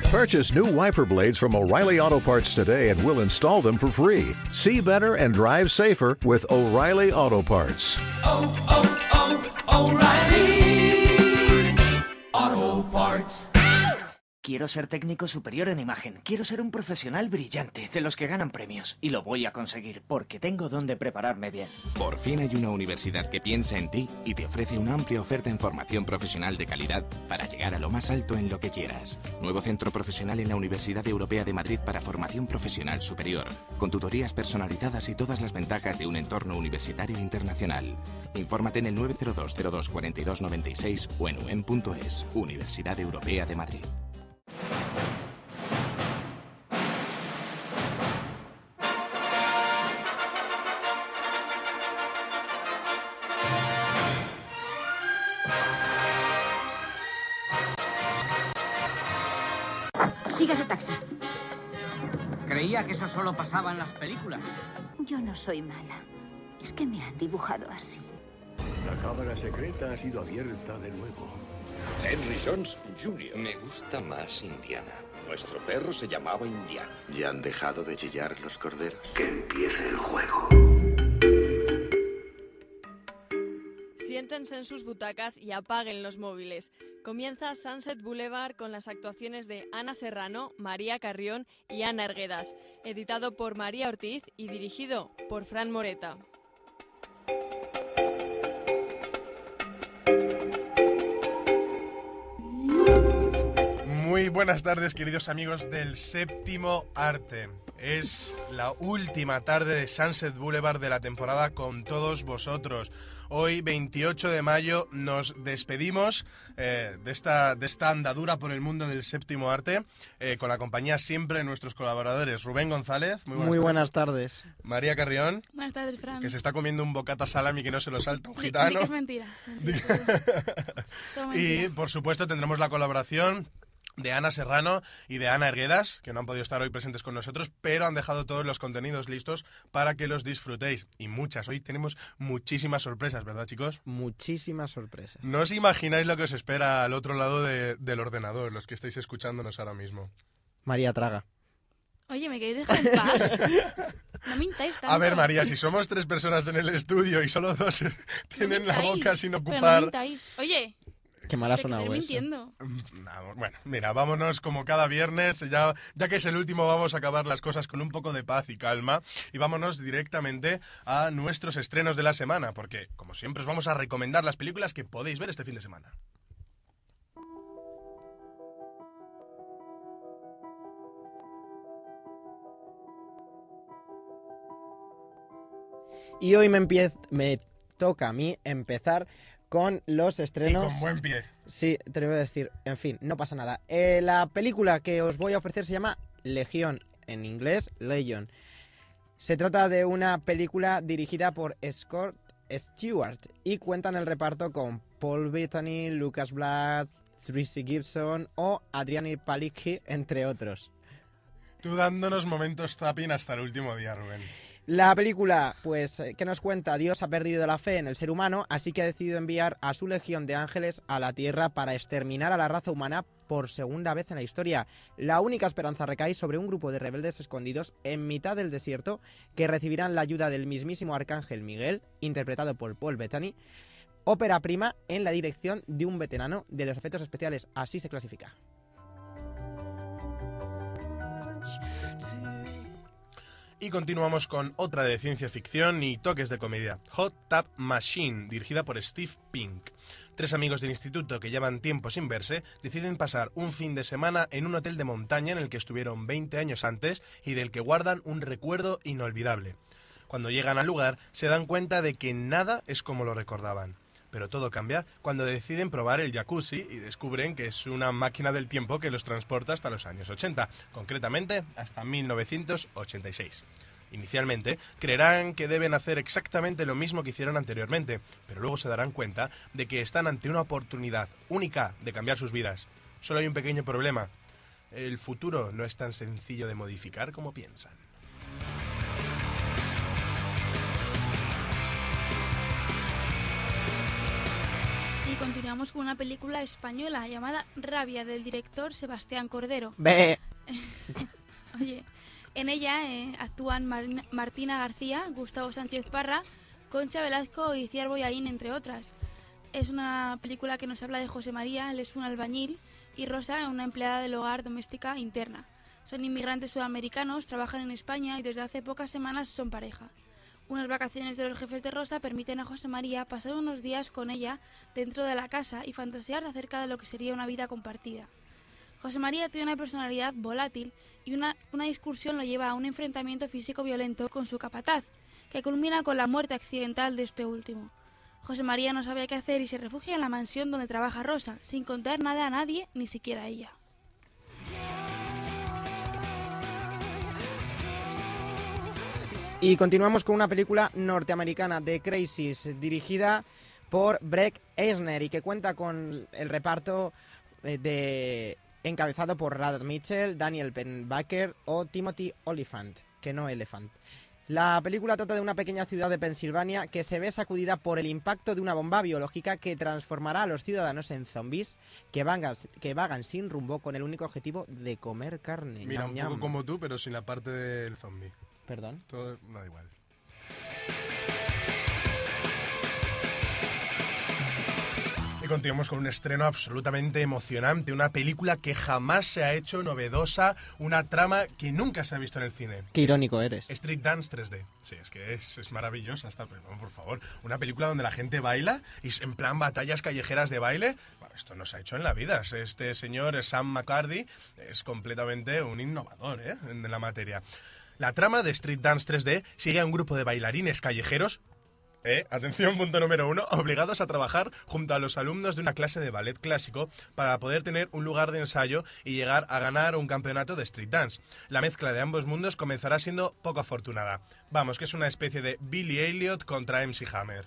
Purchase new wiper blades from O'Reilly Auto Parts today and we'll install them for free. See better and drive safer with O'Reilly Auto Parts. O'Reilly Auto Parts. Quiero ser técnico superior en imagen. Quiero ser un profesional brillante, de los que ganan premios. Y lo voy a conseguir, porque tengo donde prepararme bien. Por fin hay una universidad que piensa en ti y te ofrece una amplia oferta en formación profesional de calidad para llegar a lo más alto en lo que quieras. Nuevo centro profesional en la Universidad Europea de Madrid para formación profesional superior, con tutorías personalizadas y todas las ventajas de un entorno universitario internacional. Infórmate en el 902 02 42 96 o en uem.es. Universidad Europea de Madrid. Siga ese taxi. Creía que eso solo pasaba en las películas. Yo no soy mala. Es que me han dibujado así. La cámara secreta ha sido abierta de nuevo. Henry Jones Jr. Me gusta más Indiana. Nuestro perro se llamaba Indiana. ¿Ya han dejado de chillar los corderos? Que empiece el juego. Siéntense en sus butacas y apaguen los móviles. Comienza Sunset Boulevard con las actuaciones de Ana Serrano, María Carrión y Ana Arguedas, editado por María Ortiz y dirigido por Fran Moreta. Muy buenas tardes, queridos amigos del Séptimo Arte. Es la última tarde de Sunset Boulevard de la temporada con todos vosotros. Hoy, 28 de mayo, nos despedimos de esta andadura por el mundo del Séptimo Arte, con la compañía siempre de nuestros colaboradores. Rubén González, muy buenas tardes. María Carrión. Buenas tardes, Fran. Que se está comiendo un bocata salami que no se lo salta un gitano. Es mentira. Y, por supuesto, tendremos la colaboración de Ana Serrano y de Ana Arguedas, que no han podido estar hoy presentes con nosotros, pero han dejado todos los contenidos listos para que los disfrutéis. Y muchas. Hoy tenemos muchísimas sorpresas, ¿verdad, chicos? Muchísimas sorpresas. No os imagináis lo que os espera al otro lado del ordenador, los que estáis escuchándonos ahora mismo. María traga. Oye, ¿me queréis dejar en paz? No mintáis tanto. A ver, María, si somos 3 personas en el estudio y solo 2 tienen la boca sin ocupar... Pero no mintáis. Oye... Qué mala ha sonado eso. Mintiendo. Bueno, mira, vámonos como cada viernes, ya que es el último, vamos a acabar las cosas con un poco de paz y calma y vámonos directamente a nuestros estrenos de la semana, porque, como siempre, os vamos a recomendar las películas que podéis ver este fin de semana. Y hoy me toca a mí empezar con los estrenos... Y con buen pie. Sí, te lo voy a decir. En fin, no pasa nada. La película que os voy a ofrecer se llama Legión, en inglés, Legion. Se trata de una película dirigida por Scott Stewart y cuenta en el reparto con Paul Bettany, Lucas Black, Tracy Gibson o Adriana Palicki, entre otros. Tú dándonos momentos zapping hasta el último día, Rubén. La película, pues, ¿qué nos cuenta? Dios ha perdido la fe en el ser humano, así que ha decidido enviar a su legión de ángeles a la Tierra para exterminar a la raza humana por segunda vez en la historia. La única esperanza recae sobre un grupo de rebeldes escondidos en mitad del desierto que recibirán la ayuda del mismísimo Arcángel Miguel, interpretado por Paul Bettany, ópera prima en la dirección de un veterano de los efectos especiales, así se clasifica. Y continuamos con otra de ciencia ficción y toques de comedia, Hot Tub Machine, dirigida por Steve Pink. 3 amigos del instituto que llevan tiempo sin verse deciden pasar un fin de semana en un hotel de montaña en el que estuvieron 20 años antes y del que guardan un recuerdo inolvidable. Cuando llegan al lugar se dan cuenta de que nada es como lo recordaban. Pero todo cambia cuando deciden probar el jacuzzi y descubren que es una máquina del tiempo que los transporta hasta los años 80, concretamente hasta 1986. Inicialmente creerán que deben hacer exactamente lo mismo que hicieron anteriormente, pero luego se darán cuenta de que están ante una oportunidad única de cambiar sus vidas. Solo hay un pequeño problema. El futuro no es tan sencillo de modificar como piensan. ¿Y continuamos con una película española llamada Rabia, del director Sebastián Cordero. Ve. Oye, en ella actúan Martina García, Gustavo Sánchez Parra, Concha Velasco y Ciar Boyaín, entre otras. Es una película que nos habla de José María, él es un albañil, y Rosa, una empleada del hogar doméstica interna. Son inmigrantes sudamericanos, trabajan en España y desde hace pocas semanas son pareja. Unas vacaciones de los jefes de Rosa permiten a José María pasar unos días con ella dentro de la casa y fantasear acerca de lo que sería una vida compartida. José María tiene una personalidad volátil y una discusión lo lleva a un enfrentamiento físico violento con su capataz, que culmina con la muerte accidental de este último. José María no sabe qué hacer y se refugia en la mansión donde trabaja Rosa, sin contar nada a nadie, ni siquiera a ella. Y continuamos con una película norteamericana, The Crazies, dirigida por Breck Eisner y que cuenta con el reparto encabezado por Radha Mitchell, Daniel Pennebaker o Timothy Olyphant, que no Elephant. La película trata de una pequeña ciudad de Pensilvania que se ve sacudida por el impacto de una bomba biológica que transformará a los ciudadanos en zombies que vagan sin rumbo con el único objetivo de comer carne. Mira, ñam, un ñam. poco como tú, pero sin la parte del zombie. Perdón. Todo, no da igual. Y continuamos con un estreno absolutamente emocionante, una película que jamás se ha hecho novedosa, una trama que nunca se ha visto en el cine. Qué irónico eres. Street Dance 3D. Sí, es que es maravillosa esta película, por favor. Una película donde la gente baila y en plan batallas callejeras de baile. Bueno, esto no se ha hecho en la vida. Este señor Sam McCarthy es completamente un innovador en la materia. La trama de Street Dance 3D sigue a un grupo de bailarines callejeros, atención, punto número 1, obligados a trabajar junto a los alumnos de una clase de ballet clásico para poder tener un lugar de ensayo y llegar a ganar un campeonato de street dance. La mezcla de ambos mundos comenzará siendo poco afortunada. Vamos, que es una especie de Billy Elliot contra MC Hammer.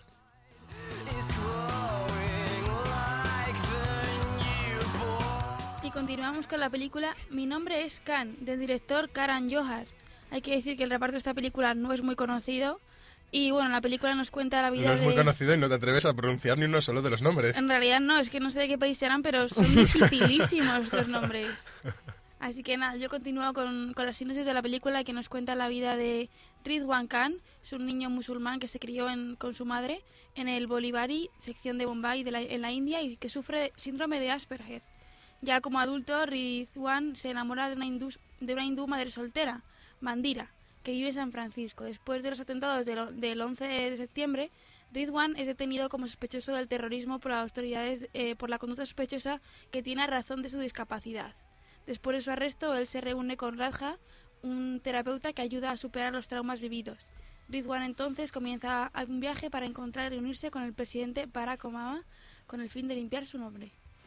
Y continuamos con la película Mi nombre es Khan, del director Karan Johar. Hay que decir que el reparto de esta película no es muy conocido. Y bueno, la película nos cuenta la vida de... No es muy conocido y no te atreves a pronunciar ni uno solo de los nombres. En realidad no, es que no sé de qué país serán, pero son dificilísimos estos nombres. Así que nada, yo continúo con la síntesis de la película que nos cuenta la vida de Ridwan Khan. Es un niño musulmán que se crió con su madre en el Bolivari, sección de Bombay en la India, y que sufre de síndrome de Asperger. Ya como adulto, Ridwan se enamora de una hindú madre soltera, Mandira, que vive en San Francisco. Después de los atentados del 11 de septiembre, Ridwan es detenido como sospechoso del terrorismo por las autoridades por la conducta sospechosa que tiene a razón de su discapacidad. Después de su arresto, él se reúne con Radha, un terapeuta que ayuda a superar los traumas vividos. Ridwan entonces comienza un viaje para encontrar y reunirse con el presidente Barack Obama con el fin de limpiar su nombre.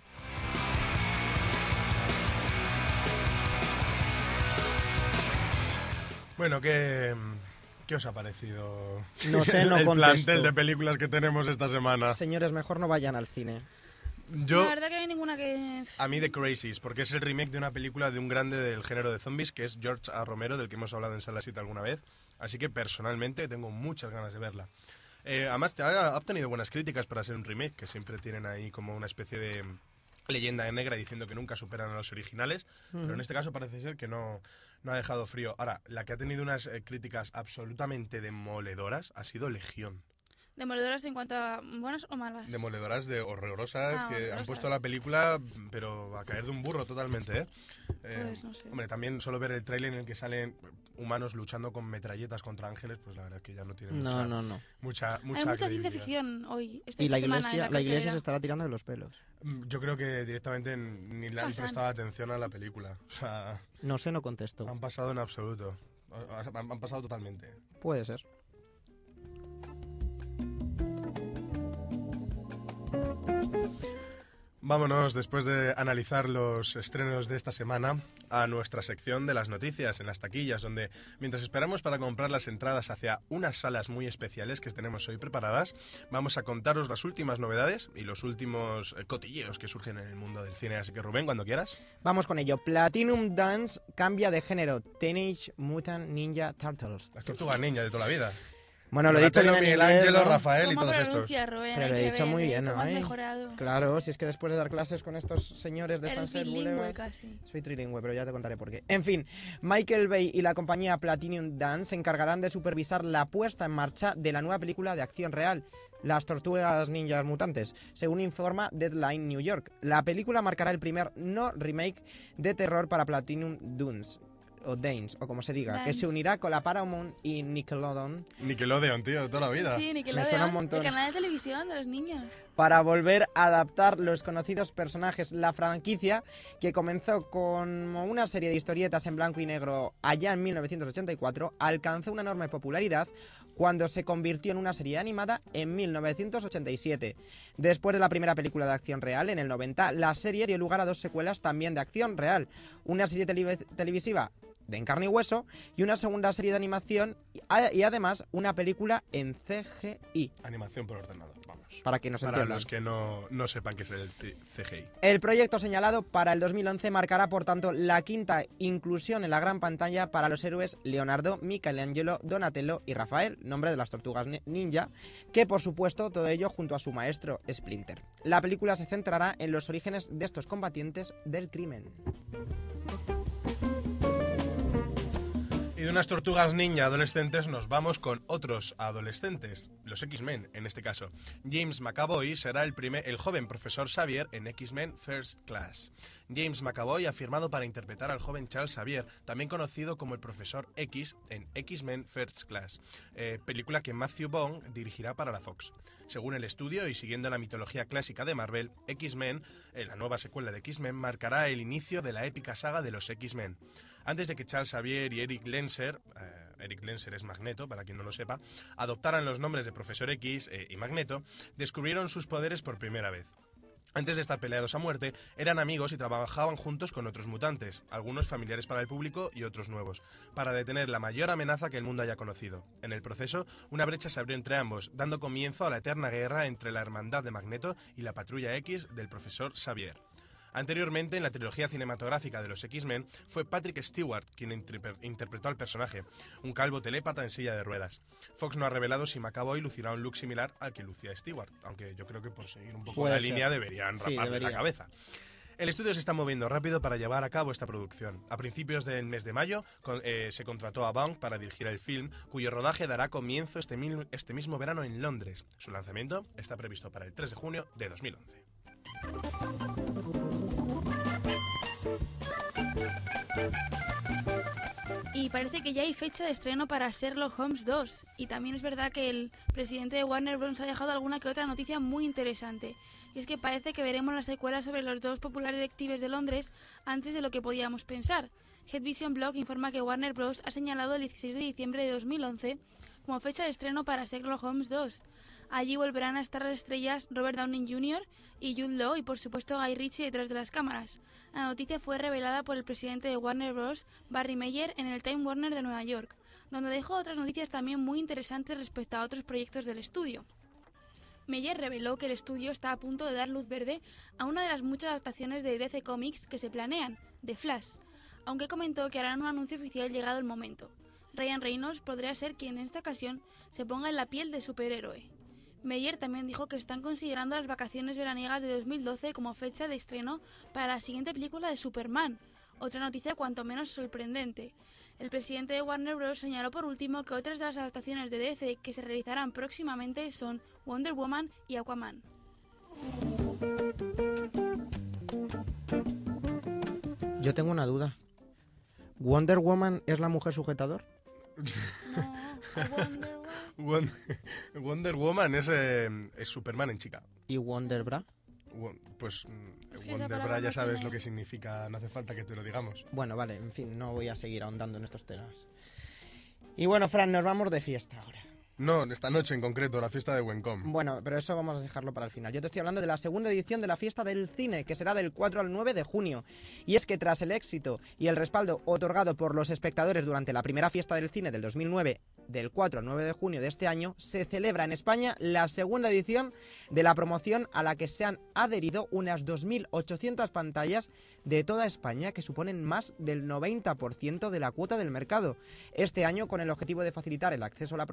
Bueno, ¿qué os ha parecido No sé, no el contesto. plantel de películas que tenemos esta semana? Señores, mejor no vayan al cine. La verdad que no hay ninguna que... A mí The Crazies, porque es el remake de una película de un grande del género de zombies, que es George A. Romero, del que hemos hablado en Salasita alguna vez. Así que personalmente tengo muchas ganas de verla. Además, ha obtenido buenas críticas para ser un remake, que siempre tienen ahí como una especie de leyenda negra diciendo que nunca superan a los originales, pero en este caso parece ser que no ha dejado frío. Ahora, la que ha tenido unas críticas absolutamente demoledoras ha sido Legión. ¿Demoledoras en cuanto a buenas o malas? Demoledoras, horrorosas, que horrorosas. han puesto la película, pero a caer de un burro totalmente, ¿eh? Pues no sé. Hombre, también solo ver el tráiler en el que salen humanos luchando con metralletas contra ángeles, pues la verdad es que ya no tiene mucha Hay mucha ciencia credibilidad. ficción hoy. Y la iglesia se estará tirando de los pelos. Yo creo que directamente ni le han prestado atención a la película. O sea, no sé, no contesto. Han pasado en absoluto. Han pasado totalmente. Puede ser. Vámonos, después de analizar los estrenos de esta semana, a nuestra sección de las noticias en las taquillas, donde mientras esperamos para comprar las entradas hacia unas salas muy especiales que tenemos hoy preparadas, vamos a contaros las últimas novedades y los últimos cotilleos que surgen en el mundo del cine. Así que Rubén, cuando quieras. Vamos con ello. Platinum Dance cambia de género. Teenage Mutant Ninja Turtles. Las tortugas ninja de toda la vida. Bueno, lo he dicho bien en Miguel inglés, Ángelo, ¿no? Rafael y ¿Cómo todos estos. pronuncia, Rubén? Pero lo Hay he que dicho ver, muy bien, ¿cómo ¿no? has mejorado? Claro, si es que después de dar clases con estos señores de Eres Sunset bilingüe Boulevard... casi. Soy trilingüe, pero ya te contaré por qué. En fin, Michael Bay y la compañía Platinum Dance se encargarán de supervisar la puesta en marcha de la nueva película de acción real, Las Tortugas Ninjas Mutantes, según informa Deadline New York. La película marcará el primer no remake de terror para Platinum Dunes, o Danes, o como se diga, que se unirá con la Paramount y Nickelodeon. Nickelodeon, tío, toda la vida. Sí, Me suena un Nickelodeon, montón. el canal de televisión de los niños. Para volver a adaptar los conocidos personajes. La franquicia, que comenzó con una serie de historietas en blanco y negro allá en 1984, alcanzó una enorme popularidad cuando se convirtió en una serie animada en 1987. Después de la primera película de acción real, en el 90, la serie dio lugar a 2 secuelas también de acción real. Una serie televisiva de En carne y hueso y una segunda serie de animación y además una película en CGI. Animación por ordenador, vamos. Para que nos Para entiendan. los que no sepan qué es el CGI. El proyecto señalado para el 2011 marcará, por tanto, la quinta inclusión en la gran pantalla para los héroes Leonardo, Michelangelo, Donatello y Rafael, nombre de las tortugas ninja, que por supuesto todo ello junto a su maestro Splinter. La película se centrará en los orígenes de estos combatientes del crimen. Y de unas tortugas ninja adolescentes nos vamos con otros adolescentes, los X-Men en este caso. James McAvoy será el joven profesor Xavier en X-Men First Class. James McAvoy ha firmado para interpretar al joven Charles Xavier, también conocido como el profesor X en X-Men First Class, película que Matthew Vaughn dirigirá para la Fox. Según el estudio y siguiendo la mitología clásica de Marvel, X-Men, la nueva secuela de X-Men, marcará el inicio de la épica saga de los X-Men. Antes de que Charles Xavier y Eric Lenser es Magneto, para quien no lo sepa, adoptaran los nombres de Profesor X y Magneto, descubrieron sus poderes por primera vez. Antes de estar peleados a muerte, eran amigos y trabajaban juntos con otros mutantes, algunos familiares para el público y otros nuevos, para detener la mayor amenaza que el mundo haya conocido. En el proceso, una brecha se abrió entre ambos, dando comienzo a la eterna guerra entre la hermandad de Magneto y la patrulla X del profesor Xavier. Anteriormente, en la trilogía cinematográfica de los X-Men, fue Patrick Stewart quien interpretó al personaje, un calvo telépata en silla de ruedas. Fox no ha revelado si McAvoy lucirá un look similar al que lucía Stewart, aunque yo creo que por seguir un poco la línea deberían raparle la cabeza. El estudio se está moviendo rápido para llevar a cabo esta producción. A principios del mes de mayo se contrató a Vaughn para dirigir el film, cuyo rodaje dará comienzo este mismo verano en Londres. Su lanzamiento está previsto para el 3 de junio de 2011. Y parece que ya hay fecha de estreno para Sherlock Holmes 2. Y también es verdad que el presidente de Warner Bros. Ha dejado alguna que otra noticia muy interesante. Y es que parece que veremos la secuela sobre los 2 populares detectives de Londres antes de lo que podíamos pensar. Headvision Blog informa que Warner Bros. Ha señalado el 16 de diciembre de 2011 como fecha de estreno para Sherlock Holmes 2. Allí volverán a estar las estrellas Robert Downey Jr. y Jude Law y por supuesto Guy Ritchie detrás de las cámaras. La noticia fue revelada por el presidente de Warner Bros., Barry Meyer, en el Time Warner de Nueva York, donde dejó otras noticias también muy interesantes respecto a otros proyectos del estudio. Meyer reveló que el estudio está a punto de dar luz verde a una de las muchas adaptaciones de DC Comics que se planean, The Flash, aunque comentó que harán un anuncio oficial llegado el momento. Ryan Reynolds podría ser quien en esta ocasión se ponga en la piel de superhéroe. Meyer también dijo que están considerando las vacaciones veraniegas de 2012 como fecha de estreno para la siguiente película de Superman, otra noticia cuanto menos sorprendente. El presidente de Warner Bros. Señaló por último que otras de las adaptaciones de DC que se realizarán próximamente son Wonder Woman y Aquaman. Yo tengo una duda. ¿Wonder Woman es la mujer sujetador? No, Wonder Woman es Superman en chica. ¿Y Wonder Bra? Pues Es que Wonder esa Bra ya palabra sabes tiene- lo que significa, no hace falta que te lo digamos. Bueno, vale, en fin, no voy a seguir ahondando en estos temas. Y bueno, Fran, nos vamos de fiesta ahora. No, esta noche en concreto, la fiesta de Wencom. Bueno, pero eso vamos a dejarlo para el final. Yo te estoy hablando de la segunda edición de la Fiesta del Cine, que será del 4 al 9 de junio. Y es que tras el éxito y el respaldo otorgado por los espectadores durante la primera Fiesta del Cine del 2009, del 4 al 9 de junio de este año, se celebra en España la segunda edición de la promoción a la que se han adherido unas 2.800 pantallas de toda España, que suponen más del 90% de la cuota del mercado. Este año, con el objetivo de facilitar el acceso a la promoción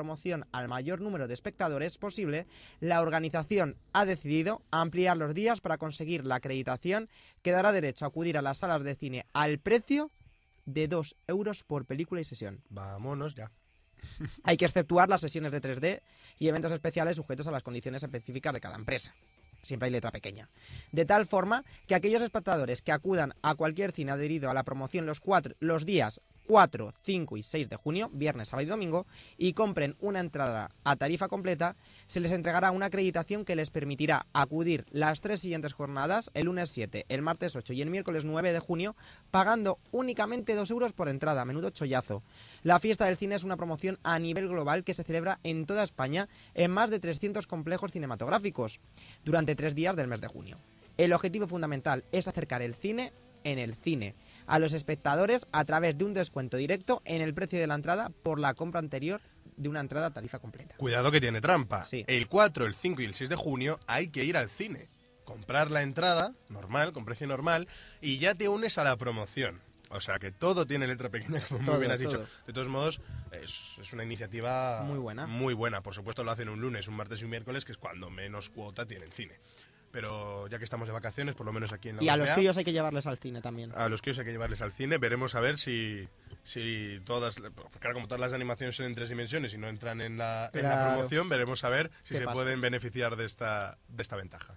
al mayor número de espectadores posible, la organización ha decidido ampliar los días para conseguir la acreditación que dará derecho a acudir a las salas de cine al precio de 2 euros por película y sesión. Vámonos ya. Hay que exceptuar las sesiones de 3D y eventos especiales sujetos a las condiciones específicas de cada empresa. Siempre hay letra pequeña. De tal forma que aquellos espectadores que acudan a cualquier cine adherido a la promoción los días 4, 5 y 6 de junio, viernes, sábado y domingo, y compren una entrada a tarifa completa, se les entregará una acreditación que les permitirá acudir las 3 siguientes jornadas, el lunes 7, el martes 8 y el miércoles 9 de junio, pagando únicamente 2 euros por entrada. Menudo chollazo. La fiesta del cine es una promoción a nivel global que se celebra en toda España en más de 300 complejos cinematográficos durante 3 días del mes de junio. El objetivo fundamental es acercar el cine en el cine a los espectadores a través de un descuento directo en el precio de la entrada por la compra anterior de una entrada a tarifa completa. Cuidado que tiene trampa. Sí. El 4, el 5 y el 6 de junio hay que ir al cine, comprar la entrada normal, con precio normal, y ya te unes a la promoción. O sea que todo tiene letra pequeña, como muy bien has dicho. De todos modos, es una iniciativa muy buena. Muy buena. Por supuesto lo hacen un lunes, un martes y un miércoles, que es cuando menos cuota tiene el cine. Pero ya que estamos de vacaciones, por lo menos aquí en la Y a europea, los críos hay que llevarles al cine también. A los críos hay que llevarles al cine. Veremos a ver si todas, claro, como todas las animaciones son en 3 dimensiones y no entran en la promoción, veremos a ver si se pueden beneficiar de esta ventaja.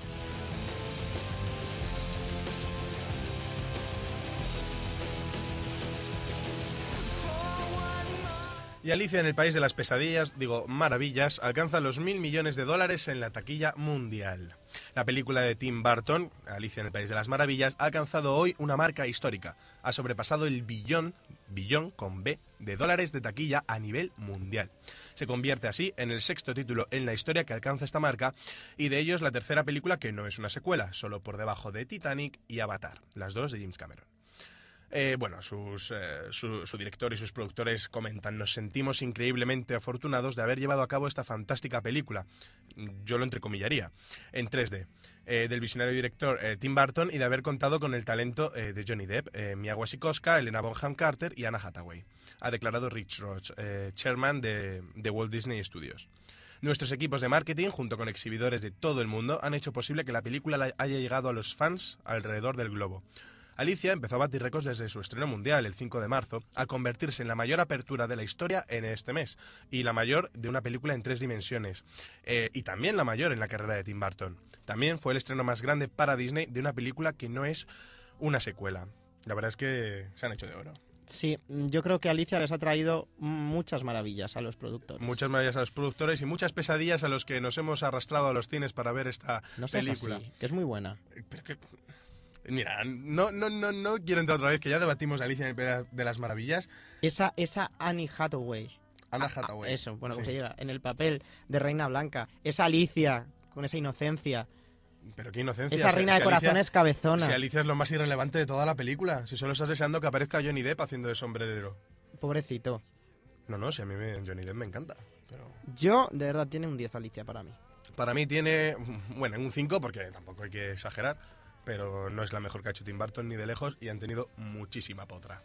Y Alicia en el País de las Pesadillas, maravillas, alcanza los $1.000 millones en la taquilla mundial. La película de Tim Burton, Alicia en el País de las Maravillas, ha alcanzado hoy una marca histórica. Ha sobrepasado el billón con B, de dólares de taquilla a nivel mundial. Se convierte así en el 6º título en la historia que alcanza esta marca, y de ellos la tercera película que no es una secuela, solo por debajo de Titanic y Avatar, las dos de James Cameron. Su director y sus productores comentan: nos sentimos increíblemente afortunados de haber llevado a cabo esta fantástica película, yo lo entrecomillaría, en 3D, del visionario director Tim Burton, y de haber contado con el talento de Johnny Depp, Mia Wasikowska, Helena Bonham Carter y Anna Hathaway, ha declarado Rich Roach, chairman de Walt Disney Studios. Nuestros equipos de marketing, junto con exhibidores de todo el mundo, han hecho posible que la película haya llegado a los fans alrededor del globo. Alicia empezó a batir récords desde su estreno mundial, el 5 de marzo, al convertirse en la mayor apertura de la historia en este mes, y la mayor de una película en 3 dimensiones, y también la mayor en la carrera de Tim Burton. También fue el estreno más grande para Disney de una película que no es una secuela. La verdad es que se han hecho de oro. Sí, yo creo que Alicia les ha traído muchas maravillas a los productores. Muchas maravillas a los productores y muchas pesadillas a los que nos hemos arrastrado a los cines para ver esta película. Así, que es muy buena. Pero que... Mira, no quiero entrar otra vez, que ya debatimos Alicia en el País de las Maravillas. Esa Annie Hathaway. Anna Hathaway. Eso, bueno, sí. como se llega, en el papel de Reina Blanca. Esa Alicia, con esa inocencia. Pero qué inocencia. Esa reina de corazones cabezona. Si Alicia es lo más irrelevante de toda la película. Si solo estás deseando que aparezca Johnny Depp haciendo de sombrerero. Pobrecito. No, si a mí Johnny Depp me encanta. Pero... Yo, de verdad, tiene un 10 Alicia para mí. Para mí tiene, bueno, un 5, porque tampoco hay que exagerar. Pero no es la mejor que ha hecho Tim Burton ni de lejos, y han tenido muchísima potra.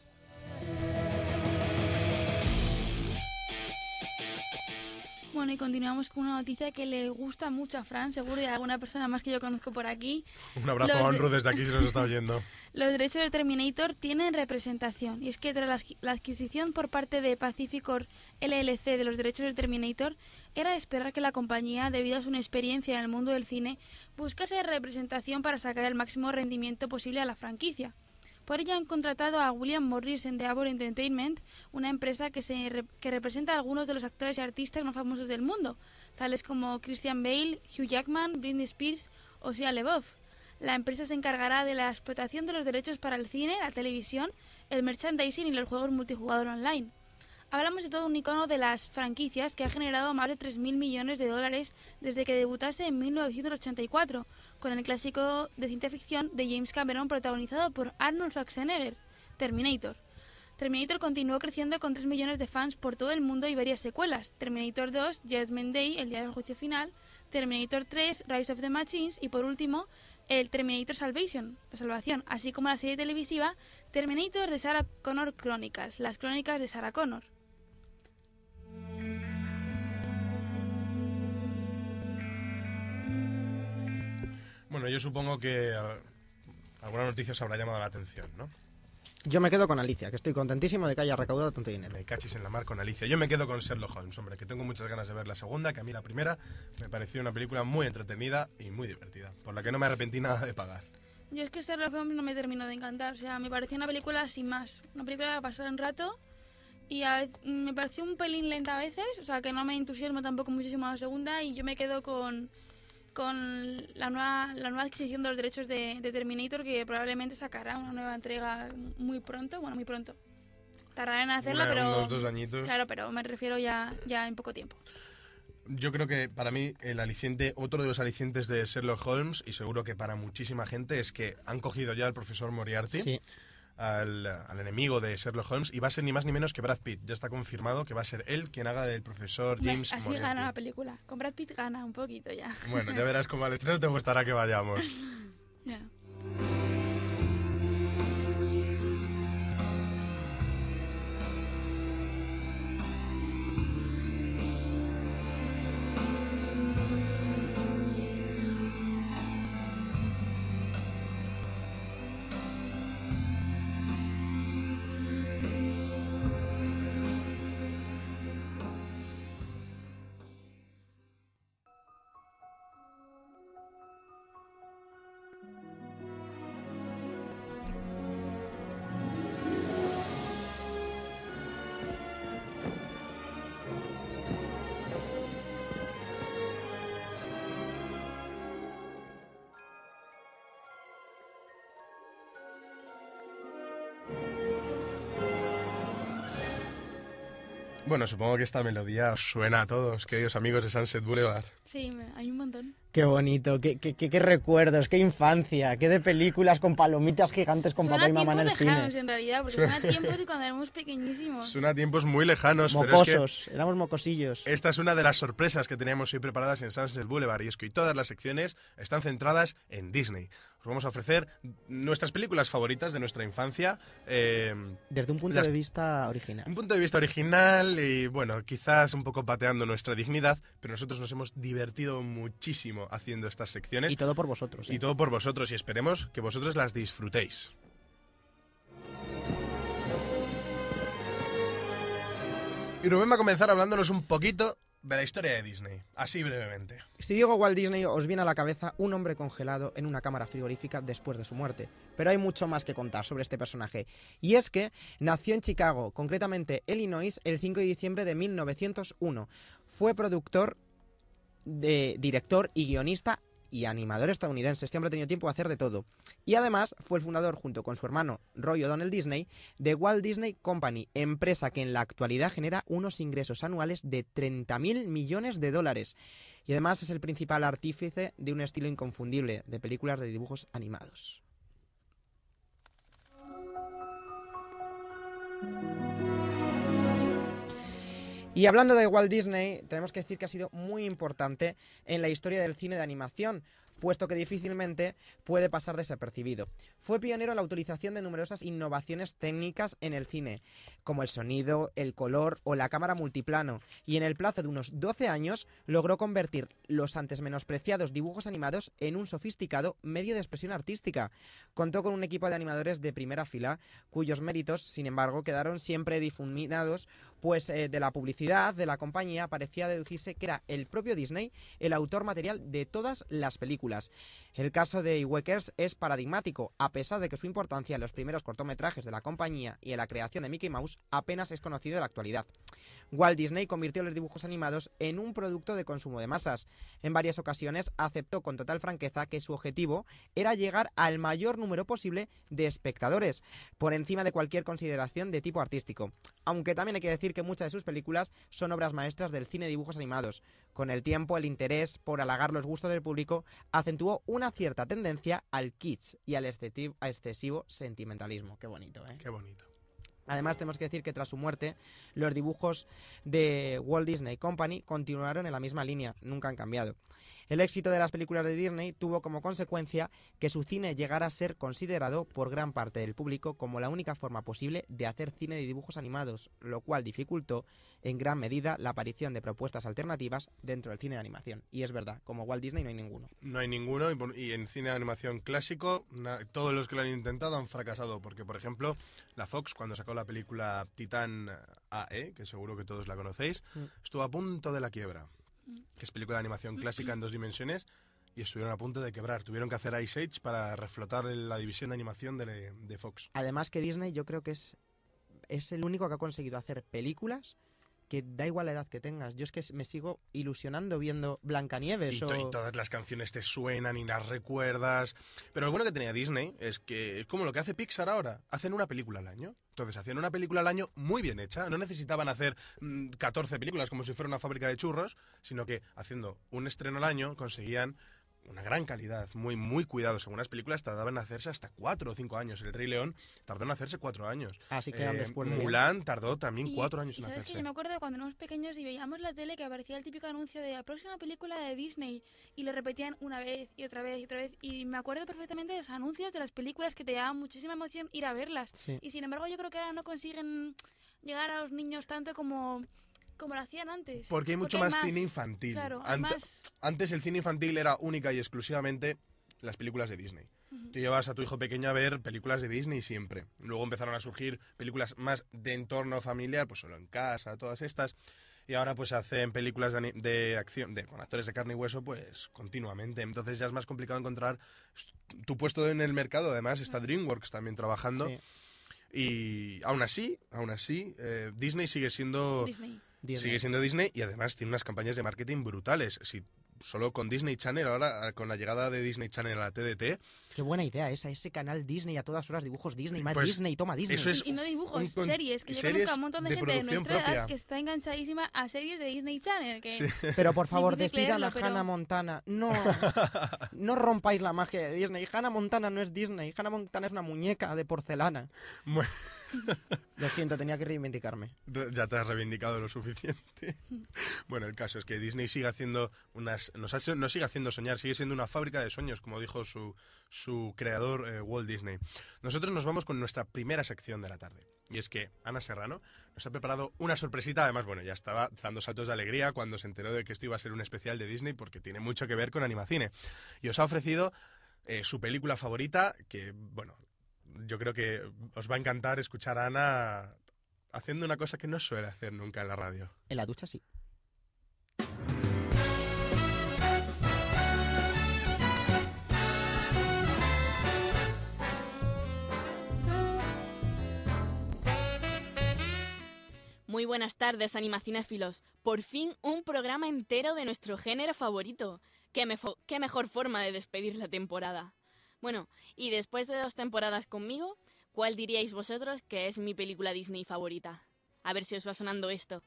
Bueno, y continuamos con una noticia que le gusta mucho a Fran, seguro, y a alguna persona más que yo conozco por aquí. Un abrazo a Onru desde aquí si nos está oyendo. Los derechos de Terminator tienen representación, y es que tras la adquisición por parte de Pacificor LLC de los derechos de Terminator, era de esperar que la compañía, debido a su experiencia en el mundo del cine, buscase representación para sacar el máximo rendimiento posible a la franquicia. Por ello han contratado a William Morris Endeavor Entertainment, una empresa que representa a algunos de los actores y artistas más famosos del mundo, tales como Christian Bale, Hugh Jackman, Britney Spears o Shia LaBeouf. La empresa se encargará de la explotación de los derechos para el cine, la televisión, el merchandising y los juegos multijugador online. Hablamos de todo un icono de las franquicias que ha generado más de $3.000 millones desde que debutase en 1984, con el clásico de ciencia ficción de James Cameron protagonizado por Arnold Schwarzenegger, Terminator. Terminator continuó creciendo con 3 millones de fans por todo el mundo y varias secuelas: Terminator 2, Judgment Day, el día del juicio final, Terminator 3, Rise of the Machines y por último el Terminator Salvation, la salvación, así como la serie televisiva Terminator de Sarah Connor Chronicles, las crónicas de Sarah Connor. Bueno, yo supongo que alguna noticia os habrá llamado la atención, ¿no? Yo me quedo con Alicia, que estoy contentísimo de que haya recaudado tanto dinero. Me cachis en la mar con Alicia. Yo me quedo con Sherlock Holmes, hombre, que tengo muchas ganas de ver la segunda, que a mí la primera me pareció una película muy entretenida y muy divertida, por la que no me arrepentí nada de pagar. Yo es que Sherlock Holmes no me terminó de encantar, o sea, me pareció una película sin más, una película para pasar un rato y me pareció un pelín lenta a veces, o sea, que no me entusiasma tampoco muchísimo la segunda y yo me quedo con la nueva adquisición de los derechos de Terminator, que probablemente sacará una nueva entrega muy pronto, bueno, muy pronto. Tardarán en hacerla, pero... Unos 2 añitos. Claro, pero me refiero ya en poco tiempo. Yo creo que para mí otro de los alicientes de Sherlock Holmes, y seguro que para muchísima gente, es que han cogido ya al profesor Moriarty, sí, al enemigo de Sherlock Holmes, y va a ser ni más ni menos que Brad Pitt. Ya está confirmado que va a ser él quien haga del profesor James Así Moriarty. gana la película. Con Brad Pitt gana un poquito ya. Bueno, ya verás cómo al estreno te gustará que vayamos. Ya. Bueno, supongo que esta melodía os suena a todos, queridos amigos de Sunset Boulevard. Sí, hay un montón. Qué bonito, qué recuerdos, qué infancia, qué de películas con palomitas gigantes con papá y mamá en el cine. Suena a tiempos lejanos, en realidad, porque suena a tiempos de cuando éramos pequeñísimos. Suena a tiempos muy lejanos, Mocosos, pero es que éramos mocosillos. esta es una de las sorpresas que teníamos hoy preparadas en Sunset Boulevard, y es que hoy todas las secciones están centradas en Disney. Os vamos a ofrecer nuestras películas favoritas de nuestra infancia. Desde un punto de vista original. Un punto de vista original y, bueno, quizás un poco pateando nuestra dignidad, pero nosotros nos hemos divertido muchísimo haciendo estas secciones. Y todo por vosotros. Y todo por vosotros, y esperemos que vosotros las disfrutéis. Y Rubén va a comenzar hablándonos un poquito de la historia de Disney, así brevemente. Si digo Walt Disney, os viene a la cabeza un hombre congelado en una cámara frigorífica después de su muerte. Pero hay mucho más que contar sobre este personaje. Y es que nació en Chicago, concretamente Illinois, el 5 de diciembre de 1901. Fue productor, director y guionista y animador estadounidense. Este hombre ha tenido tiempo de hacer de todo. Y además fue el fundador, junto con su hermano Roy O'Donnell Disney, de Walt Disney Company, empresa que en la actualidad genera unos ingresos anuales de 30.000 millones de dólares. Y además es el principal artífice de un estilo inconfundible de películas de dibujos animados. Y hablando de Walt Disney, tenemos que decir que ha sido muy importante en la historia del cine de animación, puesto que difícilmente puede pasar desapercibido. Fue pionero en la utilización de numerosas innovaciones técnicas en el cine, como el sonido, el color o la cámara multiplano, y en el plazo de unos 12 años logró convertir los antes menospreciados dibujos animados en un sofisticado medio de expresión artística. Contó con un equipo de animadores de primera fila, cuyos méritos, sin embargo, quedaron siempre difuminados, pues de la publicidad de la compañía parecía deducirse que era el propio Disney el autor material de todas las películas. El caso de Iwerks es paradigmático, a pesar de que su importancia en los primeros cortometrajes de la compañía y en la creación de Mickey Mouse apenas es conocido en la actualidad. Walt Disney convirtió los dibujos animados en un producto de consumo de masas. En varias ocasiones aceptó con total franqueza que su objetivo era llegar al mayor número posible de espectadores, por encima de cualquier consideración de tipo artístico. Aunque también hay que decir que muchas de sus películas son obras maestras del cine de dibujos animados. Con el tiempo, el interés por halagar los gustos del público acentuó una cierta tendencia al kitsch y al excesivo sentimentalismo. Qué bonito, ¿eh? Qué bonito. Además, tenemos que decir que tras su muerte, los dibujos de Walt Disney Company continuaron en la misma línea, nunca han cambiado. El éxito de las películas de Disney tuvo como consecuencia que su cine llegara a ser considerado por gran parte del público como la única forma posible de hacer cine de dibujos animados, lo cual dificultó en gran medida la aparición de propuestas alternativas dentro del cine de animación. Y es verdad, como Walt Disney no hay ninguno. No hay ninguno, y en cine de animación clásico todos los que lo han intentado han fracasado, porque por ejemplo la Fox, cuando sacó la película Titán AE, que seguro que todos la conocéis, estuvo a punto de la quiebra, que es película de animación clásica en 2 dimensiones, y estuvieron a punto de quebrar. Tuvieron que hacer Ice Age para reflotar la división de animación de Fox. Además que Disney yo creo que es el único que ha conseguido hacer películas que da igual la edad que tengas. Yo es que me sigo ilusionando viendo Blancanieves. Y todas las canciones te suenan y las recuerdas. Pero lo bueno que tenía Disney es que es como lo que hace Pixar ahora. Hacen una película al año. Entonces hacían una película al año muy bien hecha. No necesitaban hacer 14 películas como si fuera una fábrica de churros, sino que haciendo un estreno al año conseguían una gran calidad, muy, muy cuidados. Algunas películas tardaban en hacerse hasta 4 o 5 años. El Rey León tardó en hacerse 4 años. Así que después Mulan tardó también 4 años en ¿sabes hacerse. Que yo me acuerdo de cuando éramos pequeños y veíamos la tele que aparecía el típico anuncio de la próxima película de Disney y lo repetían una vez y otra vez y otra vez. Y me acuerdo perfectamente de los anuncios de las películas que te daban muchísima emoción ir a verlas. Sí. Y sin embargo yo creo que ahora no consiguen llegar a los niños tanto como lo hacían antes. Porque hay mucho más cine infantil. Claro, antes el cine infantil era única y exclusivamente las películas de Disney. Tú llevas a tu hijo pequeño a ver películas de Disney siempre. Luego empezaron a surgir películas más de entorno familiar, pues Solo en casa, todas estas. Y ahora pues hacen películas de acción con actores de carne y hueso pues continuamente. Entonces ya es más complicado encontrar tu puesto en el mercado. Además está DreamWorks también trabajando. Sí. Y aún así, Disney sigue siendo... Sigue siendo Disney y además tiene unas campañas de marketing brutales. Si solo con Disney Channel, ahora con la llegada de Disney Channel a la TDT... Qué buena idea ese canal Disney a todas horas, dibujos Disney, más pues, Disney, toma Disney. Eso es y no dibujos, series, que yo conozco a un montón de gente de nuestra edad que está enganchadísima a series de Disney Channel. Que sí. Pero por favor, despidan a Hannah Montana. No rompáis la magia de Disney. Hannah Montana no es Disney, Hannah Montana es una muñeca de porcelana. Bueno. Lo siento, tenía que reivindicarme. Ya te has reivindicado lo suficiente. Bueno, el caso es que Disney sigue haciendo nos sigue haciendo soñar, sigue siendo una fábrica de sueños, como dijo su creador Walt Disney. Nosotros nos vamos con nuestra primera sección de la tarde. Y es que Ana Serrano nos ha preparado una sorpresita. Además, bueno, ya estaba dando saltos de alegría cuando se enteró de que esto iba a ser un especial de Disney porque tiene mucho que ver con Animacine. Y os ha ofrecido su película favorita que, bueno... Yo creo que os va a encantar escuchar a Ana haciendo una cosa que no suele hacer nunca en la radio. En la ducha sí. Muy buenas tardes, animacinéfilos. Por fin un programa entero de nuestro género favorito. Qué mejor forma de despedir la temporada. Bueno, y después de 2 temporadas conmigo, ¿cuál diríais vosotros que es mi película Disney favorita? A ver si os va sonando esto.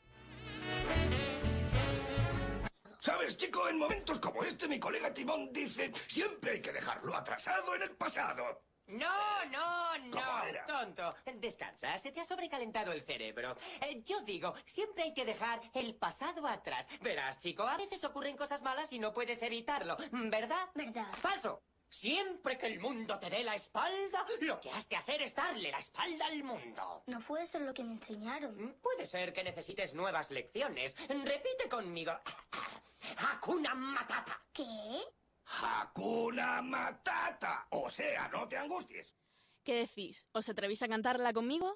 ¿Sabes, chico? En momentos como este, mi colega Timón dice, siempre hay que dejarlo atrasado en el pasado. No, ¿Cómo era? tonto. Descansa, se te ha sobrecalentado el cerebro. Yo digo, siempre hay que dejar el pasado atrás. Verás, chico, a veces ocurren cosas malas y no puedes evitarlo, ¿verdad? ¿Verdad? ¡Falso! Siempre que el mundo te dé la espalda, lo que has de hacer es darle la espalda al mundo. No fue eso lo que me enseñaron. Puede ser que necesites nuevas lecciones. Repite conmigo. Hakuna Matata. ¿Qué? Hakuna Matata. O sea, no te angusties. ¿Qué decís? ¿Os atrevís a cantarla conmigo?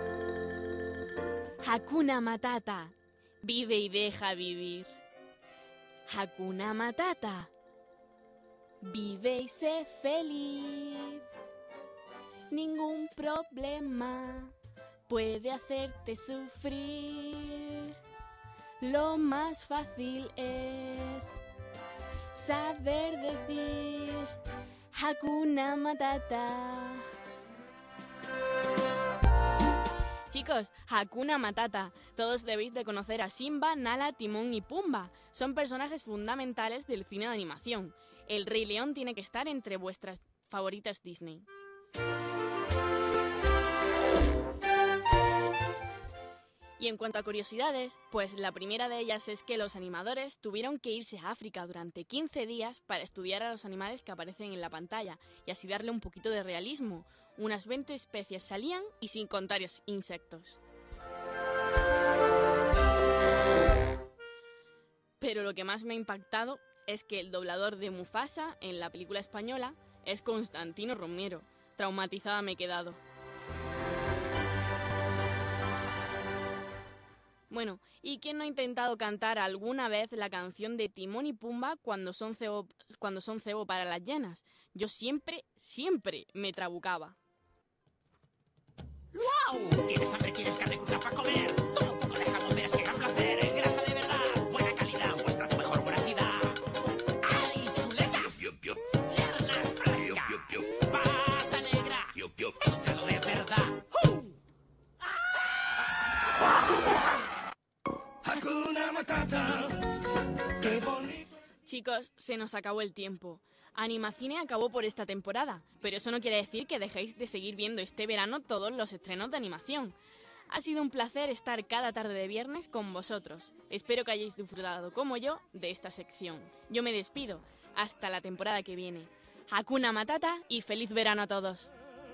Hakuna Matata. Vive y deja vivir. Hakuna Matata. Vive y sé feliz. Ningún problema puede hacerte sufrir. Lo más fácil es saber decir Hakuna Matata. Chicos, Hakuna Matata. Todos debéis de conocer a Simba, Nala, Timón y Pumba. Son personajes fundamentales del cine de animación. El Rey León tiene que estar entre vuestras favoritas Disney. Y Y en cuanto a curiosidades, pues la primera de ellas es que los animadores tuvieron que irse a África durante 15 días para estudiar a los animales que aparecen en la pantalla y así darle un poquito de realismo. Unas 20 especies salían y sin contar insectos. Pero lo que más me ha impactado es que el doblador de Mufasa en la película española es Constantino Romero. Traumatizada me he quedado. Bueno, ¿y quién no ha intentado cantar alguna vez la canción de Timón y Pumba cuando son cebo para las llanas? Yo siempre me trabucaba. ¡Wow! ¿Tienes hambre? ¿Quieres carne cruda para comer? Toma un poco de jamón, verás que gran placer. Grasa de verdad, buena calidad, muestra tu mejor voracidad. ¡Ay, chuletas! Piernas frescas, pata negra, un cerdo de verdad. Hakuna Matata, qué bonito. Chicos, se nos acabó el tiempo. Animacine acabó por esta temporada, pero eso no quiere decir que dejéis de seguir viendo este verano todos los estrenos de animación. Ha sido un placer estar cada tarde de viernes con vosotros. Espero que hayáis disfrutado, como yo, de esta sección. Yo me despido. Hasta la temporada que viene. Hakuna Matata y feliz verano a todos.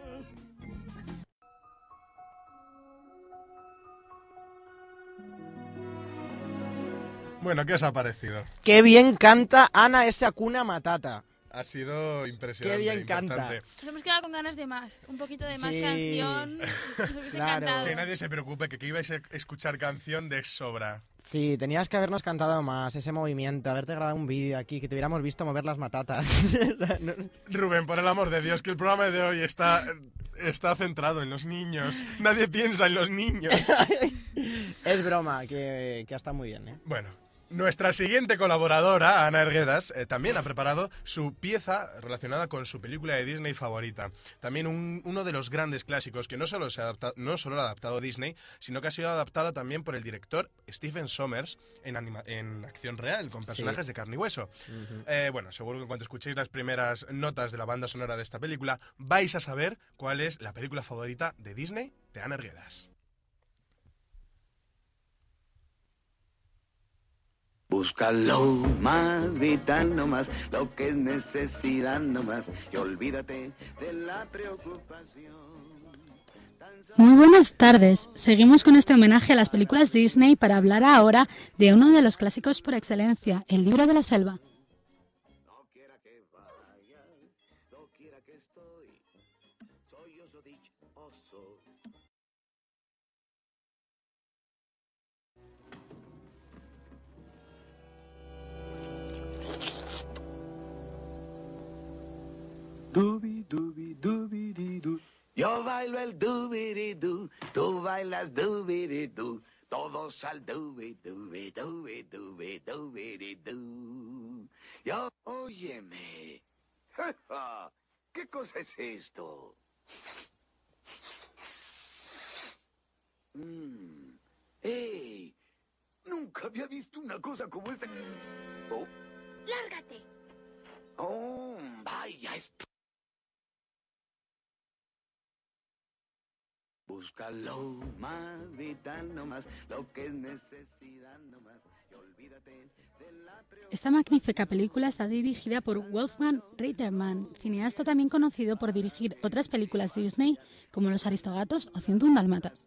Bueno, ¿qué os ha parecido? ¡Qué bien canta Ana ese Hakuna Matata! Ha sido impresionante. ¡Qué bien canta! Nos hemos quedado con ganas de más. Un poquito de más canción. Nos hubiese encantado. Que nadie se preocupe, que ibais a escuchar canción de sobra. Sí, tenías que habernos cantado más ese movimiento, haberte grabado un vídeo aquí, que te hubiéramos visto mover las matatas. Rubén, por el amor de Dios, que el programa de hoy está centrado en los niños. Nadie piensa en los niños. Es broma, que está muy bien, ¿eh? Bueno. Nuestra siguiente colaboradora, Ana Erguedas, también ha preparado su pieza relacionada con su película de Disney favorita. También uno de los grandes clásicos que no solo lo ha adaptado Disney, sino que ha sido adaptada también por el director Stephen Sommers en acción real, con personajes de carne y hueso. Bueno, seguro que cuando escuchéis las primeras notas de la banda sonora de esta película, vais a saber cuál es la película favorita de Disney de Ana Erguedas. Busca lo más vital nomás, lo que es necesidad nomás, y olvídate de la preocupación. Muy buenas tardes. Seguimos con este homenaje a las películas Disney para hablar ahora de uno de los clásicos por excelencia, El libro de la selva. No quiera que vaya, no quiera que estoy, soy oso dichoso. Dubi, dubi, dubi, di, du. Yo bailo el dubi-di-du, tú bailas dubi-di-du, todos al dubi-dubi, dubi-dubi, dubi-di-du. Yo, óyeme, ¿qué cosa es esto? ¡Ey! Nunca había visto una cosa como esta. Oh. ¡Lárgate! Oh, vaya, busca lo más vital nomás, lo que es necesidad nomás, y olvídate de la Esta magnífica película está dirigida por Wolfgang Reitherman, cineasta también conocido por dirigir otras películas Disney como Los Aristogatos o 101 Dálmatas.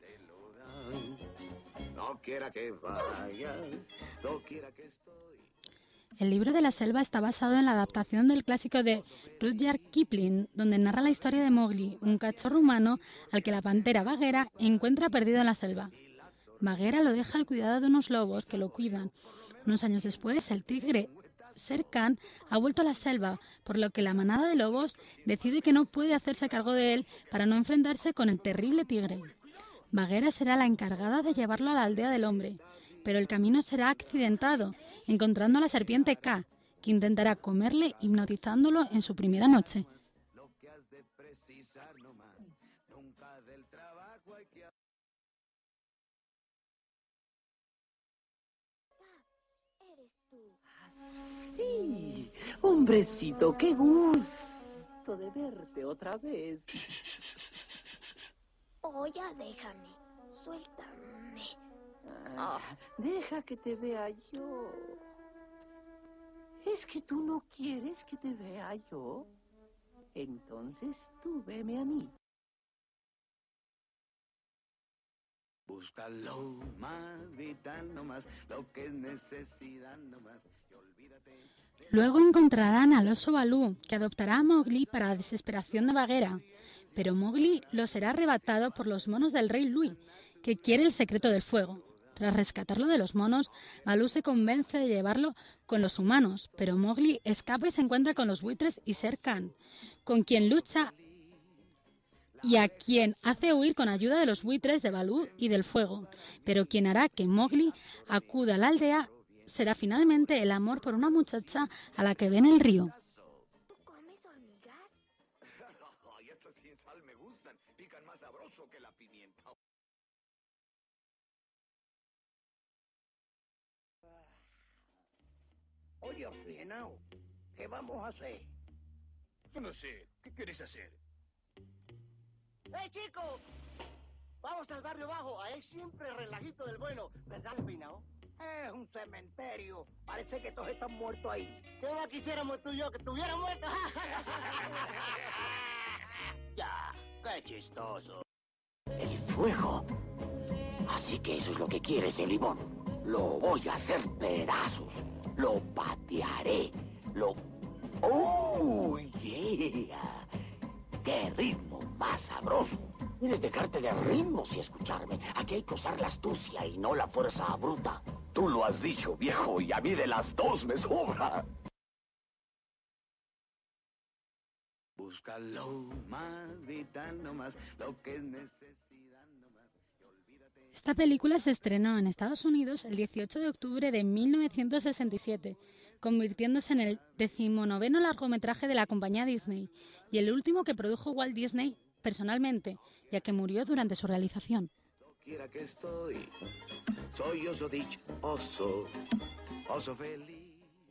No quiera que vaya, no quiera que estoy. El libro de la selva está basado en la adaptación del clásico de Rudyard Kipling, donde narra la historia de Mowgli, un cachorro humano al que la pantera Bagheera encuentra perdido en la selva. Bagheera lo deja al cuidado de unos lobos que lo cuidan. Unos años después, el tigre Shere Khan ha vuelto a la selva, por lo que la manada de lobos decide que no puede hacerse cargo de él para no enfrentarse con el terrible tigre. Bagheera será la encargada de llevarlo a la aldea del hombre, pero el camino será accidentado, encontrando a la serpiente K, que intentará comerle hipnotizándolo en su primera noche. Sí, hombrecito, qué gusto de verte otra vez. Oh, ya déjame, suéltame. Deja que te vea yo. ¿Es que tú no quieres que te vea yo? Entonces tú veme a mí. Busca lo más vital nomás, lo que es necesidad nomás, y olvídate. Luego encontrarán al oso Balú, que adoptará a Mowgli para la desesperación de Bagheera, pero Mowgli lo será arrebatado por los monos del rey Louie, que quiere el secreto del fuego. Tras rescatarlo de los monos, Balú se convence de llevarlo con los humanos, pero Mowgli escapa y se encuentra con los buitres y Shere Khan, con quien lucha y a quien hace huir con ayuda de los buitres de Balú y del fuego. Pero quien hará que Mowgli acuda a la aldea será finalmente el amor por una muchacha a la que ve en el río. ¿Tú comes hormigas? Ay, estas sin sal me gustan, pican más sabroso que la pimienta. Oye, Orfienao, ¿qué vamos a hacer? Yo no sé. ¿Qué quieres hacer? ¡Hey, chico! Vamos al barrio bajo, ahí siempre el relajito del bueno, ¿verdad, Peinao? Es un cementerio. Parece que todos están muertos ahí. ¿Qué más quisiéramos tú y yo que estuvieran muertos? Ya, qué chistoso. El fuego. Así que eso es lo que quieres, el limón. Lo voy a hacer pedazos. Lo patearé. ¡Oh, yeah! ¡Qué ritmo más sabroso! Tienes dejarte de ritmos y escucharme. Aquí hay que usar la astucia y no la fuerza bruta. Tú lo has dicho, viejo, y a mí de las dos me sobra. Busca lo más vital nomás, lo que es necesidad nomás, y olvídate. Esta película se estrenó en Estados Unidos el 18 de octubre de 1967, convirtiéndose en el 19º largometraje de la compañía Disney y el último que produjo Walt Disney personalmente, ya que murió durante su realización. Quiera que estoy, soy oso dichoso, oso feliz.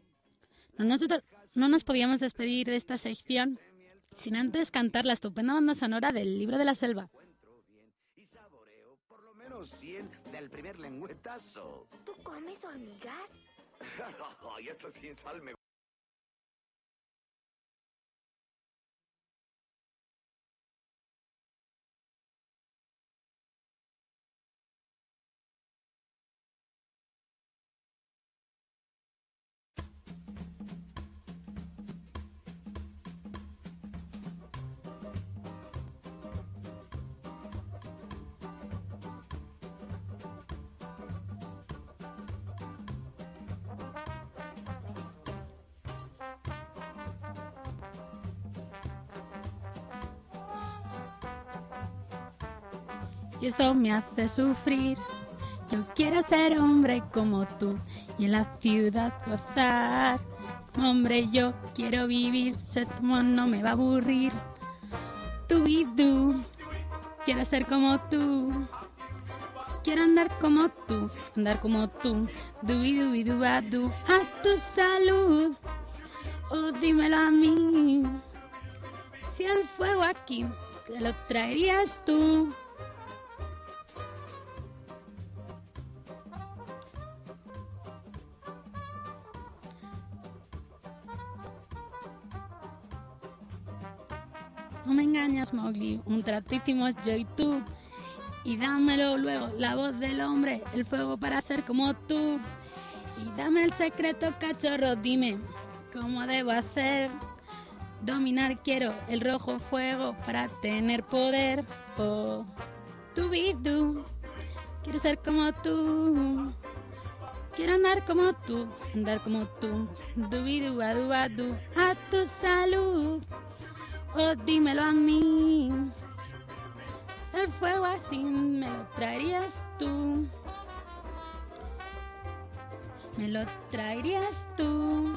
No nos podíamos despedir de esta sección sin antes cantar la estupenda banda sonora del Libro de la Selva. Y saboreo por lo menos 100 del primer lengüetazo. ¿Tú comes hormigas? Ay, esta sin sal me Y esto me hace sufrir. Yo quiero ser hombre como tú y en la ciudad gozar. Hombre, yo quiero vivir, ser no me va a aburrir. Tú y tú, quiero ser como tú. Quiero andar como tú, dubi-dubi-duba-du, a tu salud. Oh, dímelo a mí. Si el fuego aquí te lo traerías tú. No me engañas, Mowgli, un trato hicimos yo y tú. Y dámelo luego, la voz del hombre, el fuego para ser como tú. Y dame el secreto, cachorro, dime, ¿cómo debo hacer? Dominar quiero el rojo fuego para tener poder. Oh, du-bi-du, quiero ser como tú. Quiero andar como tú, dubi-duba-duba-du, a tu salud. Oh, dímelo a mí. Si el fuego así me lo traerías tú. Me lo traerías tú.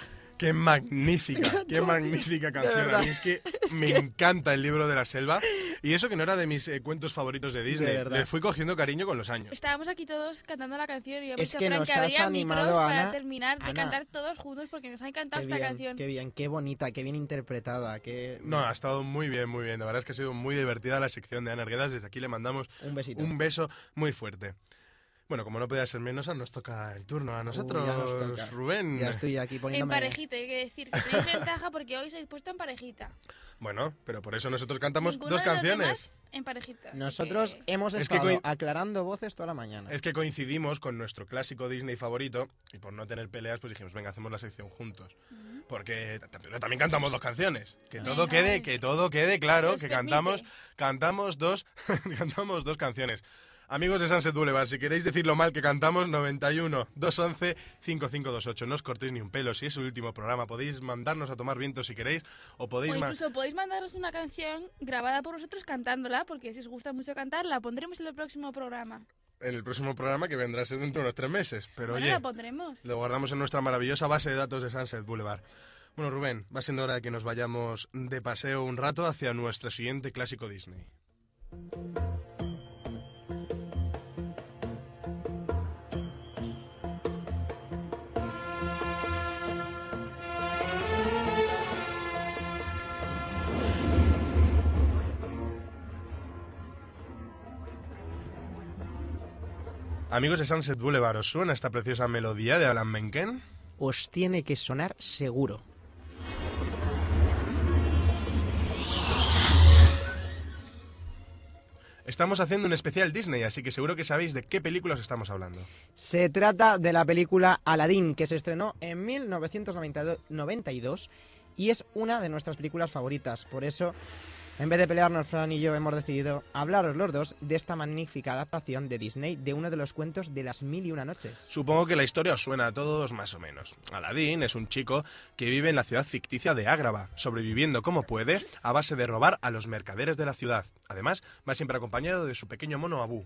Qué magnífica canción. A mí es que me encanta el Libro de la Selva. Y eso que no era de mis cuentos favoritos de Disney. De verdad. Le fui cogiendo cariño con los años. Estábamos aquí todos cantando la canción y yo Es pensé, que Fran, nos que has habría animado, micros Ana. para terminar de Ana. cantar todos juntos porque nos ha encantado esta canción. Qué bien, qué bonita, qué bien interpretada. No, ha estado muy bien, muy bien. La verdad es que ha sido muy divertida la sección de Ana Arguedas. Desde aquí le mandamos un besito. Un beso muy fuerte. Bueno, como no podía ser menos, nos toca el turno a nosotros, ya nos toca. Rubén. Ya estoy aquí poniéndome... En parejita, hay que decir que tenéis ventaja porque hoy se habéis puesto en parejita. Bueno, pero por eso nosotros cantamos Ninguno dos de los canciones. demás en parejita. Nosotros hemos estado aclarando voces toda la mañana. Es que coincidimos con nuestro clásico Disney favorito y por no tener peleas pues dijimos, venga, hacemos la sección juntos. Porque también cantamos dos canciones. Que todo quede claro, que cantamos dos canciones. Amigos de Sunset Boulevard, si queréis decir lo mal que cantamos, 91 211 5528. No os cortéis ni un pelo, si es el último programa. Podéis mandarnos a tomar viento si queréis, o podéis... incluso podéis mandaros una canción grabada por vosotros cantándola, porque si os gusta mucho cantar, la pondremos en el próximo programa. En el próximo programa, que vendrá a ser dentro de unos 3 meses. Pero bueno, oye, la pondremos. Lo guardamos en nuestra maravillosa base de datos de Sunset Boulevard. Bueno, Rubén, va siendo hora de que nos vayamos de paseo un rato hacia nuestro siguiente clásico Disney. Amigos de Sunset Boulevard, ¿os suena esta preciosa melodía de Alan Menken? Os tiene que sonar seguro. Estamos haciendo un especial Disney, así que seguro que sabéis de qué películas estamos hablando. Se trata de la película Aladdin, que se estrenó en 1992 y es una de nuestras películas favoritas. Por eso, en vez de pelearnos, Fran y yo hemos decidido hablaros los dos de esta magnífica adaptación de Disney de uno de los cuentos de las 1001 noches. Supongo que la historia os suena a todos más o menos. Aladdin es un chico que vive en la ciudad ficticia de Agrabah, sobreviviendo como puede a base de robar a los mercaderes de la ciudad. Además, va siempre acompañado de su pequeño mono Abu.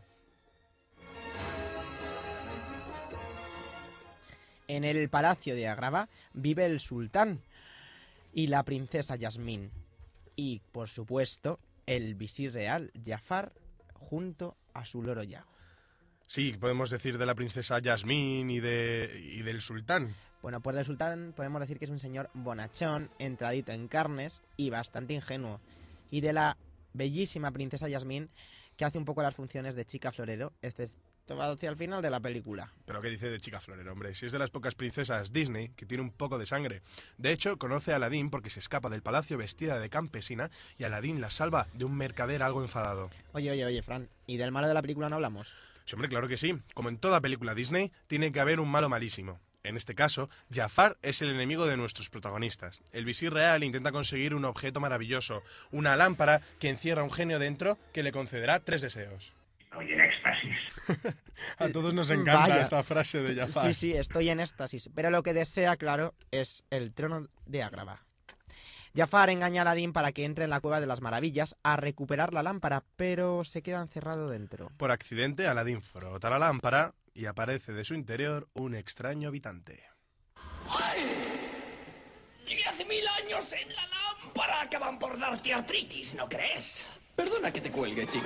En el palacio de Agrabah vive el sultán y la princesa Yasmín. Y, por supuesto, el visir real Jafar junto a su loro Yago. Sí, podemos decir de la princesa Yasmín y del sultán. Bueno, pues del sultán podemos decir que es un señor bonachón, entradito en carnes y bastante ingenuo. Y de la bellísima princesa Yasmín, que hace un poco las funciones de chica florero, excepto hacia el final de la película. ¿Pero qué dice de chica florero, hombre? Si es de las pocas princesas Disney que tiene un poco de sangre. De hecho, conoce a Aladdin porque se escapa del palacio vestida de campesina y Aladdin la salva de un mercader algo enfadado. Oye, Fran, ¿y del malo de la película no hablamos? Sí, hombre, claro que sí. Como en toda película Disney, tiene que haber un malo malísimo. En este caso, Jafar es el enemigo de nuestros protagonistas. El visir real intenta conseguir un objeto maravilloso, una lámpara que encierra un genio dentro que le concederá 3 deseos. Estoy en éxtasis. A todos nos encanta Vaya. esta frase de Jafar. Sí, estoy en éxtasis. Pero lo que desea, claro, es el trono de Agrabah. Jafar engaña a Aladdin para que entre en la Cueva de las Maravillas a recuperar la lámpara, pero se queda encerrado dentro. Por accidente, Aladdin frota la lámpara y aparece de su interior un extraño habitante. ¡Y hace 1000 años en la lámpara! Acaban por darte artritis, ¿no crees? Perdona que te cuelgue, chico.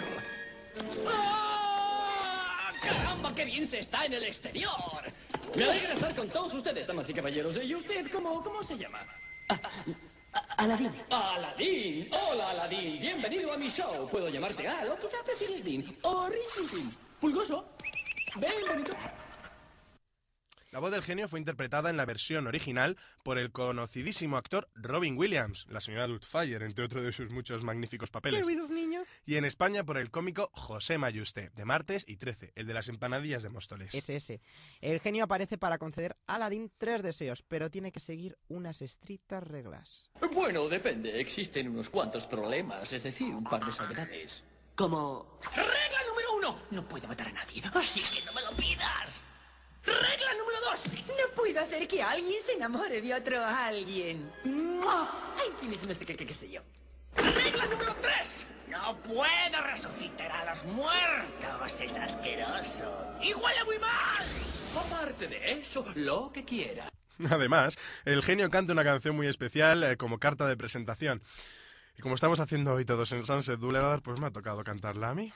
¡Ah! ¡Caramba, qué bien se está en el exterior! Me alegra estar con todos ustedes, damas y caballeros. ¿Y usted cómo se llama? Aladdin. ¡Aladdin! ¡Hola, Aladdin! Bienvenido a mi show. Puedo llamarte Al o quizá prefieres Din. O Rin Tin Tin. Pulgoso. Ven, bonito. La voz del genio fue interpretada en la versión original por el conocidísimo actor Robin Williams, la señora Doubtfire, entre otros de sus muchos magníficos papeles. ¡Queridos niños! Y en España por el cómico José Mayuste, de Martes y 13, el de las empanadillas de Móstoles. Ese. El genio aparece para conceder a Aladdin 3 deseos, pero tiene que seguir unas estrictas reglas. Bueno, depende. Existen unos cuantos problemas, es decir, un par de salvedades. Como... Regla número 1. No puedo matar a nadie, así que no me lo pidas. Regla número 2. No puedo hacer que alguien se enamore de otro alguien. Ahí tienes no sé qué sé yo. Regla número 3. No puedo resucitar a los muertos, es asqueroso. Y huele muy mal. Aparte de eso, lo que quiera. Además, el genio canta una canción muy especial como carta de presentación. Y como estamos haciendo hoy todos en Sunset Boulevard, pues me ha tocado cantarla a mí.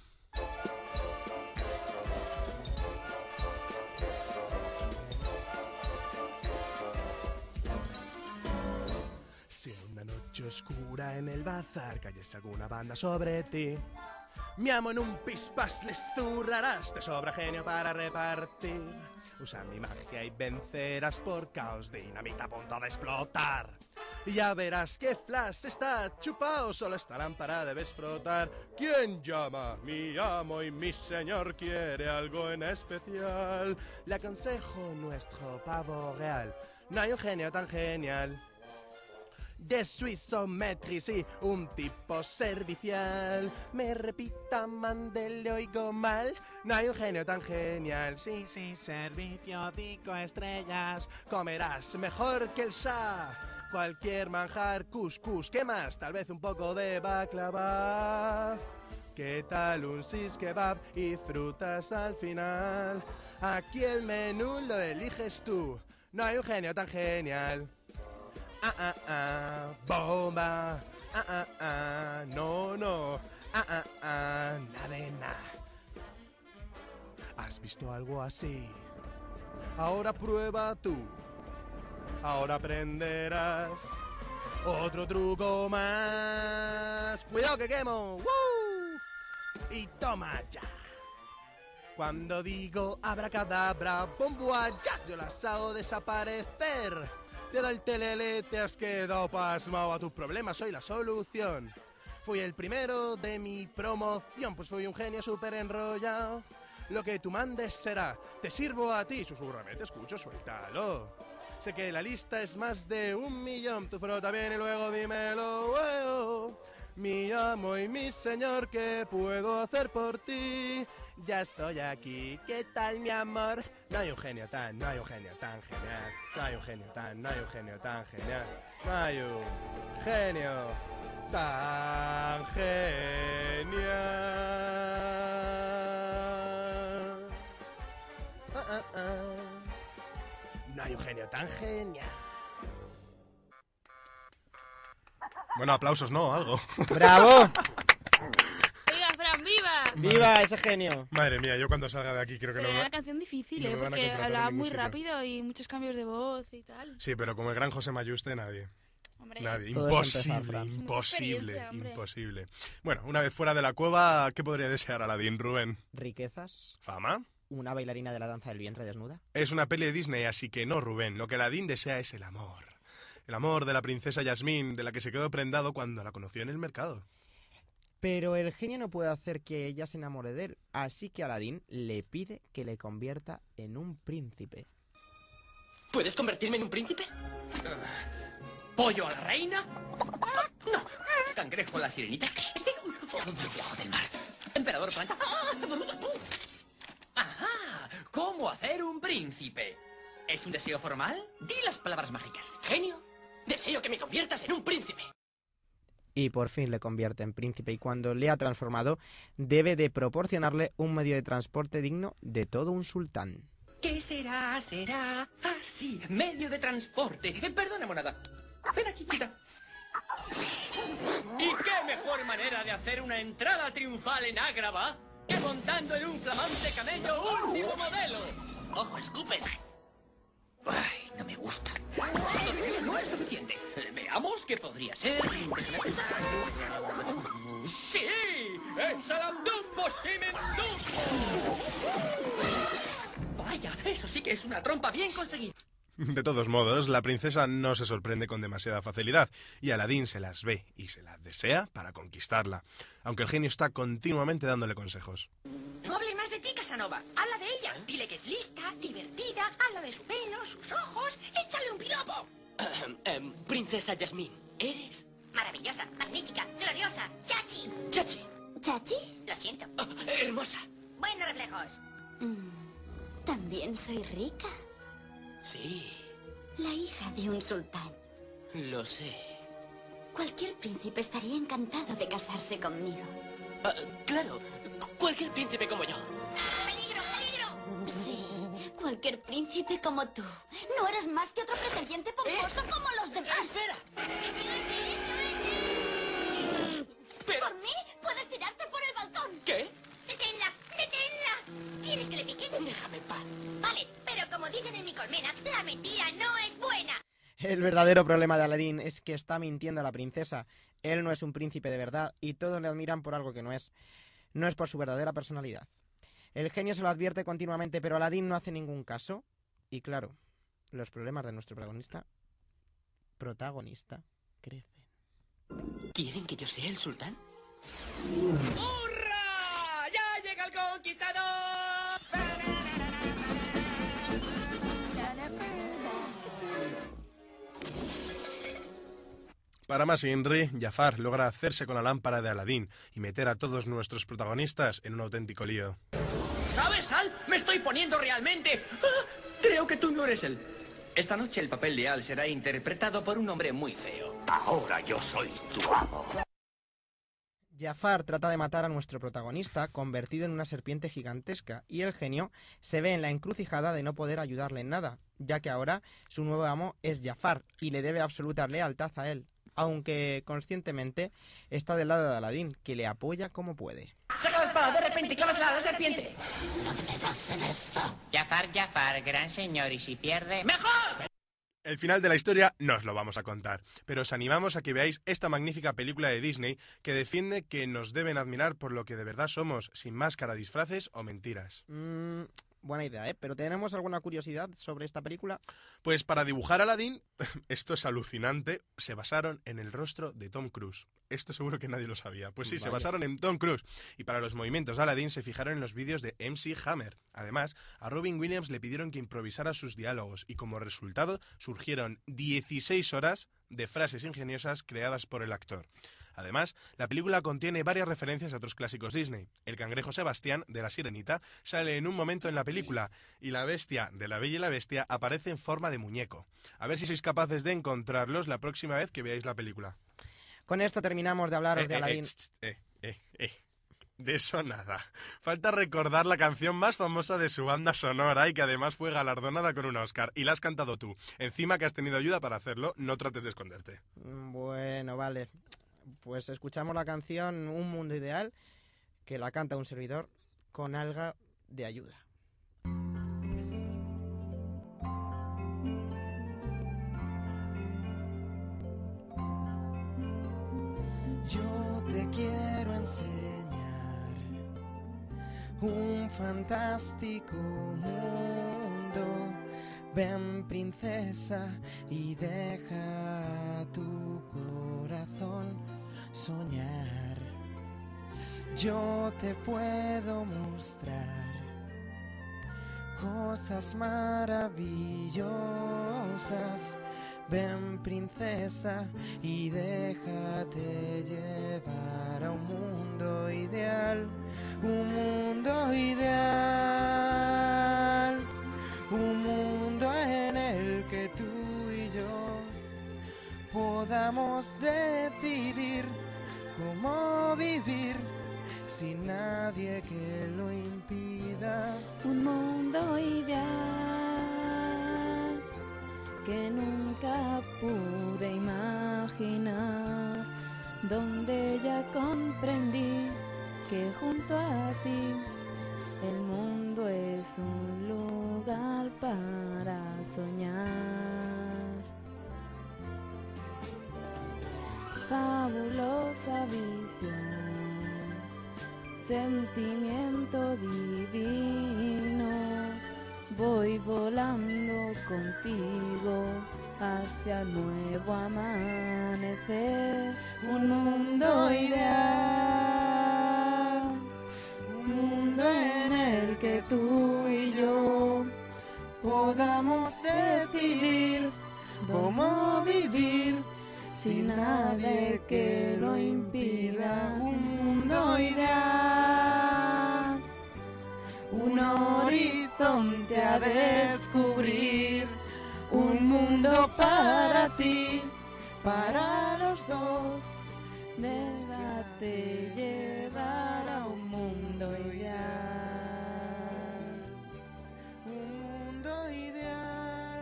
Si en una noche oscura en el bazar cayese alguna banda sobre ti, mi amo en un pispas les zurrarás, te sobra genio para repartir. Usa mi magia y vencerás por caos, dinamita a punto de explotar. Y ya verás que Flash está chupado, solo esta lámpara debes frotar. ¿Quién llama? Mi amo y mi señor quiere algo en especial. Le aconsejo nuestro pavo real, no hay un genio tan genial. De suizo metrici, un tipo servicial. Me repita, mande, le oigo mal. No hay un genio tan genial. Sí, sí, servicio 5 estrellas. Comerás mejor que el Shah. Cualquier manjar, couscous, ¿qué más? Tal vez un poco de baklava. ¿Qué tal un sis kebab y frutas al final? Aquí el menú lo eliges tú. No hay un genio tan genial. Bomba, no, nada de nada. ¿Has visto algo así? Ahora prueba tú, ahora aprenderás otro truco más. ¡Cuidado que quemo! ¡Woo! Y toma ya. Cuando digo abracadabra, bomboayas, yo las hago desaparecer. Te da el telele, te has quedado pasmado a tus problemas, soy la solución. Fui el primero de mi promoción, pues fui un genio súper enrollado. Lo que tú mandes será, te sirvo a ti, susurrame, te escucho, suéltalo. Sé que la lista es más de 1 millón, tú frota bien y luego dímelo, oh. Mi amo y mi señor, ¿qué puedo hacer por ti? Ya estoy aquí, ¿qué tal mi amor? No hay un genio tan, no hay un genio tan genial. No hay un genio tan, no hay un genio tan genial. No hay un genio tan genial. No hay un genio tan genial. Bueno, aplausos, ¿no? Algo. ¡Bravo! ¡Oiga, Fran, viva! ¡Viva ese genio! Madre mía, yo cuando salga de aquí creo que Pero no era me... una canción difícil, no me van a porque contratar hablaba en ningún muy sitio. rápido y muchos cambios de voz y tal. Sí, pero como el gran José Mayuste, nadie. Hombre, Nadie. Todo es empezar, Imposible, Fran. imposible, Mucha experiencia, hombre. imposible. Bueno, una vez fuera de la cueva, ¿qué podría desear Aladín, Rubén? Riquezas. ¿Fama? Una bailarina de la danza del vientre desnuda. Es una peli de Disney, así que no, Rubén. Lo que Aladín desea es el amor. El amor de la princesa Yasmín, de la que se quedó prendado cuando la conoció en el mercado. Pero el genio no puede hacer que ella se enamore de él, así que Aladín le pide que le convierta en un príncipe. ¿Puedes convertirme en un príncipe? ¿Pollo a la reina? No. ¿Cangrejo a la sirenita? Debajo del mar. ¿Emperador plancha? ¡Ajá! ¿Cómo hacer un príncipe? ¿Es un deseo formal? Di las palabras mágicas. Genio, deseo que me conviertas en un príncipe. Y por fin le convierte en príncipe, y cuando le ha transformado, debe de proporcionarle un medio de transporte digno de todo un sultán. ¿Qué será? ¿Será? Ah, sí, medio de transporte. Perdona, monada. Ven aquí, chica. ¿Y qué mejor manera de hacer una entrada triunfal en Ágrava que montando en un flamante camello último modelo? Ojo, escupen. Ay, no me gusta. Todavía no es suficiente. Veamos qué podría ser. ¡Sí! ¡Es Alamdumbo Simendumbo! Vaya, eso sí que es una trompa bien conseguida. De todos modos, la princesa no se sorprende con demasiada facilidad, y Aladín se las ve y se las desea para conquistarla, aunque el genio está continuamente dándole consejos. No hables más de ti, Casanova. Habla de ella. Dile que es lista, divertida, habla de su pelo, sus ojos. Échale un piropo. Princesa Yasmín, ¿eres? Maravillosa, magnífica, gloriosa. Chachi. Chachi. ¿Chachi? Lo siento. Hermosa. Buenos reflejos. También soy rica. Sí, La hija de un sultán. lo sé. Cualquier príncipe estaría encantado de casarse conmigo. Claro, cualquier príncipe como yo. ¡Peligro, peligro! Sí, cualquier príncipe como tú. No eres más que otro pretendiente pomposo como los demás. ¡Espera! ¡Eso! déjame en paz. Vale, pero como dicen en mi colmena, la mentira no es buena. El verdadero problema de Aladín es que está mintiendo a la princesa. Él no es un príncipe de verdad y todos le admiran por algo que no es. No es por su verdadera personalidad. El genio se lo advierte continuamente, pero Aladín no hace ningún caso. Y claro, los problemas de nuestro protagonista crecen. ¿Quieren que yo sea el sultán? ¡Hurra! ¡Ya llega el conquistador! Para más Inri, Jafar logra hacerse con la lámpara de Aladín y meter a todos nuestros protagonistas en un auténtico lío. ¿Sabes, Al? ¡Me estoy poniendo realmente! ¡Ah! Creo que tú no eres él. Esta noche el papel de Al será interpretado por un hombre muy feo. Ahora yo soy tu amo. Jafar trata de matar a nuestro protagonista, convertido en una serpiente gigantesca, y el genio se ve en la encrucijada de no poder ayudarle en nada, ya que ahora su nuevo amo es Jafar y le debe absoluta lealtad a él, aunque conscientemente está del lado de Aladín, que le apoya como puede. ¡Saca la espada de repente y clávasela a la serpiente! ¡No me hacen esto! Jafar, gran señor, y si pierde... ¡Mejor! El final de la historia no os lo vamos a contar, pero os animamos a que veáis esta magnífica película de Disney que defiende que nos deben admirar por lo que de verdad somos, sin máscara, disfraces o mentiras. Buena idea, ¿eh? ¿Pero tenemos alguna curiosidad sobre esta película? Pues para dibujar a Aladín, esto es alucinante, se basaron en el rostro de Tom Cruise. Esto seguro que nadie lo sabía. Pues sí, se basaron en Tom Cruise. Y para los movimientos de Aladín se fijaron en los vídeos de MC Hammer. Además, a Robin Williams le pidieron que improvisara sus diálogos y como resultado surgieron 16 horas de frases ingeniosas creadas por el actor. Además, la película contiene varias referencias a otros clásicos Disney. El cangrejo Sebastián, de La Sirenita, sale en un momento en la película y la bestia de La Bella y la Bestia aparece en forma de muñeco. A ver si sois capaces de encontrarlos la próxima vez que veáis la película. Con esto terminamos de hablaros de Aladín. De eso nada. Falta recordar la canción más famosa de su banda sonora y que además fue galardonada con un Oscar. Y la has cantado tú. Encima que has tenido ayuda para hacerlo, no trates de esconderte. Bueno, vale. Pues escuchamos la canción Un Mundo Ideal, que la canta un servidor con algo de ayuda. Yo te quiero enseñar un fantástico mundo. Ven, princesa, y deja tu corazón soñar. Yo te puedo mostrar cosas maravillosas. Ven, princesa, y déjate llevar a un mundo ideal. Un mundo ideal. Un mundo en el que tú y yo podamos decidir cómo vivir sin nadie que lo impida. Un mundo ideal que nunca pude imaginar, donde ya comprendí que junto a ti el mundo es un lugar para soñar. Fabulosa visión, sentimiento divino, voy volando contigo hacia el nuevo amanecer. Un mundo ideal, un mundo en el que tú y yo podamos decidir cómo vivir sin nadie que lo impida. Un mundo ideal, un horizonte a descubrir, un mundo para ti, para los dos. Déjate llevar a un mundo ideal, un mundo ideal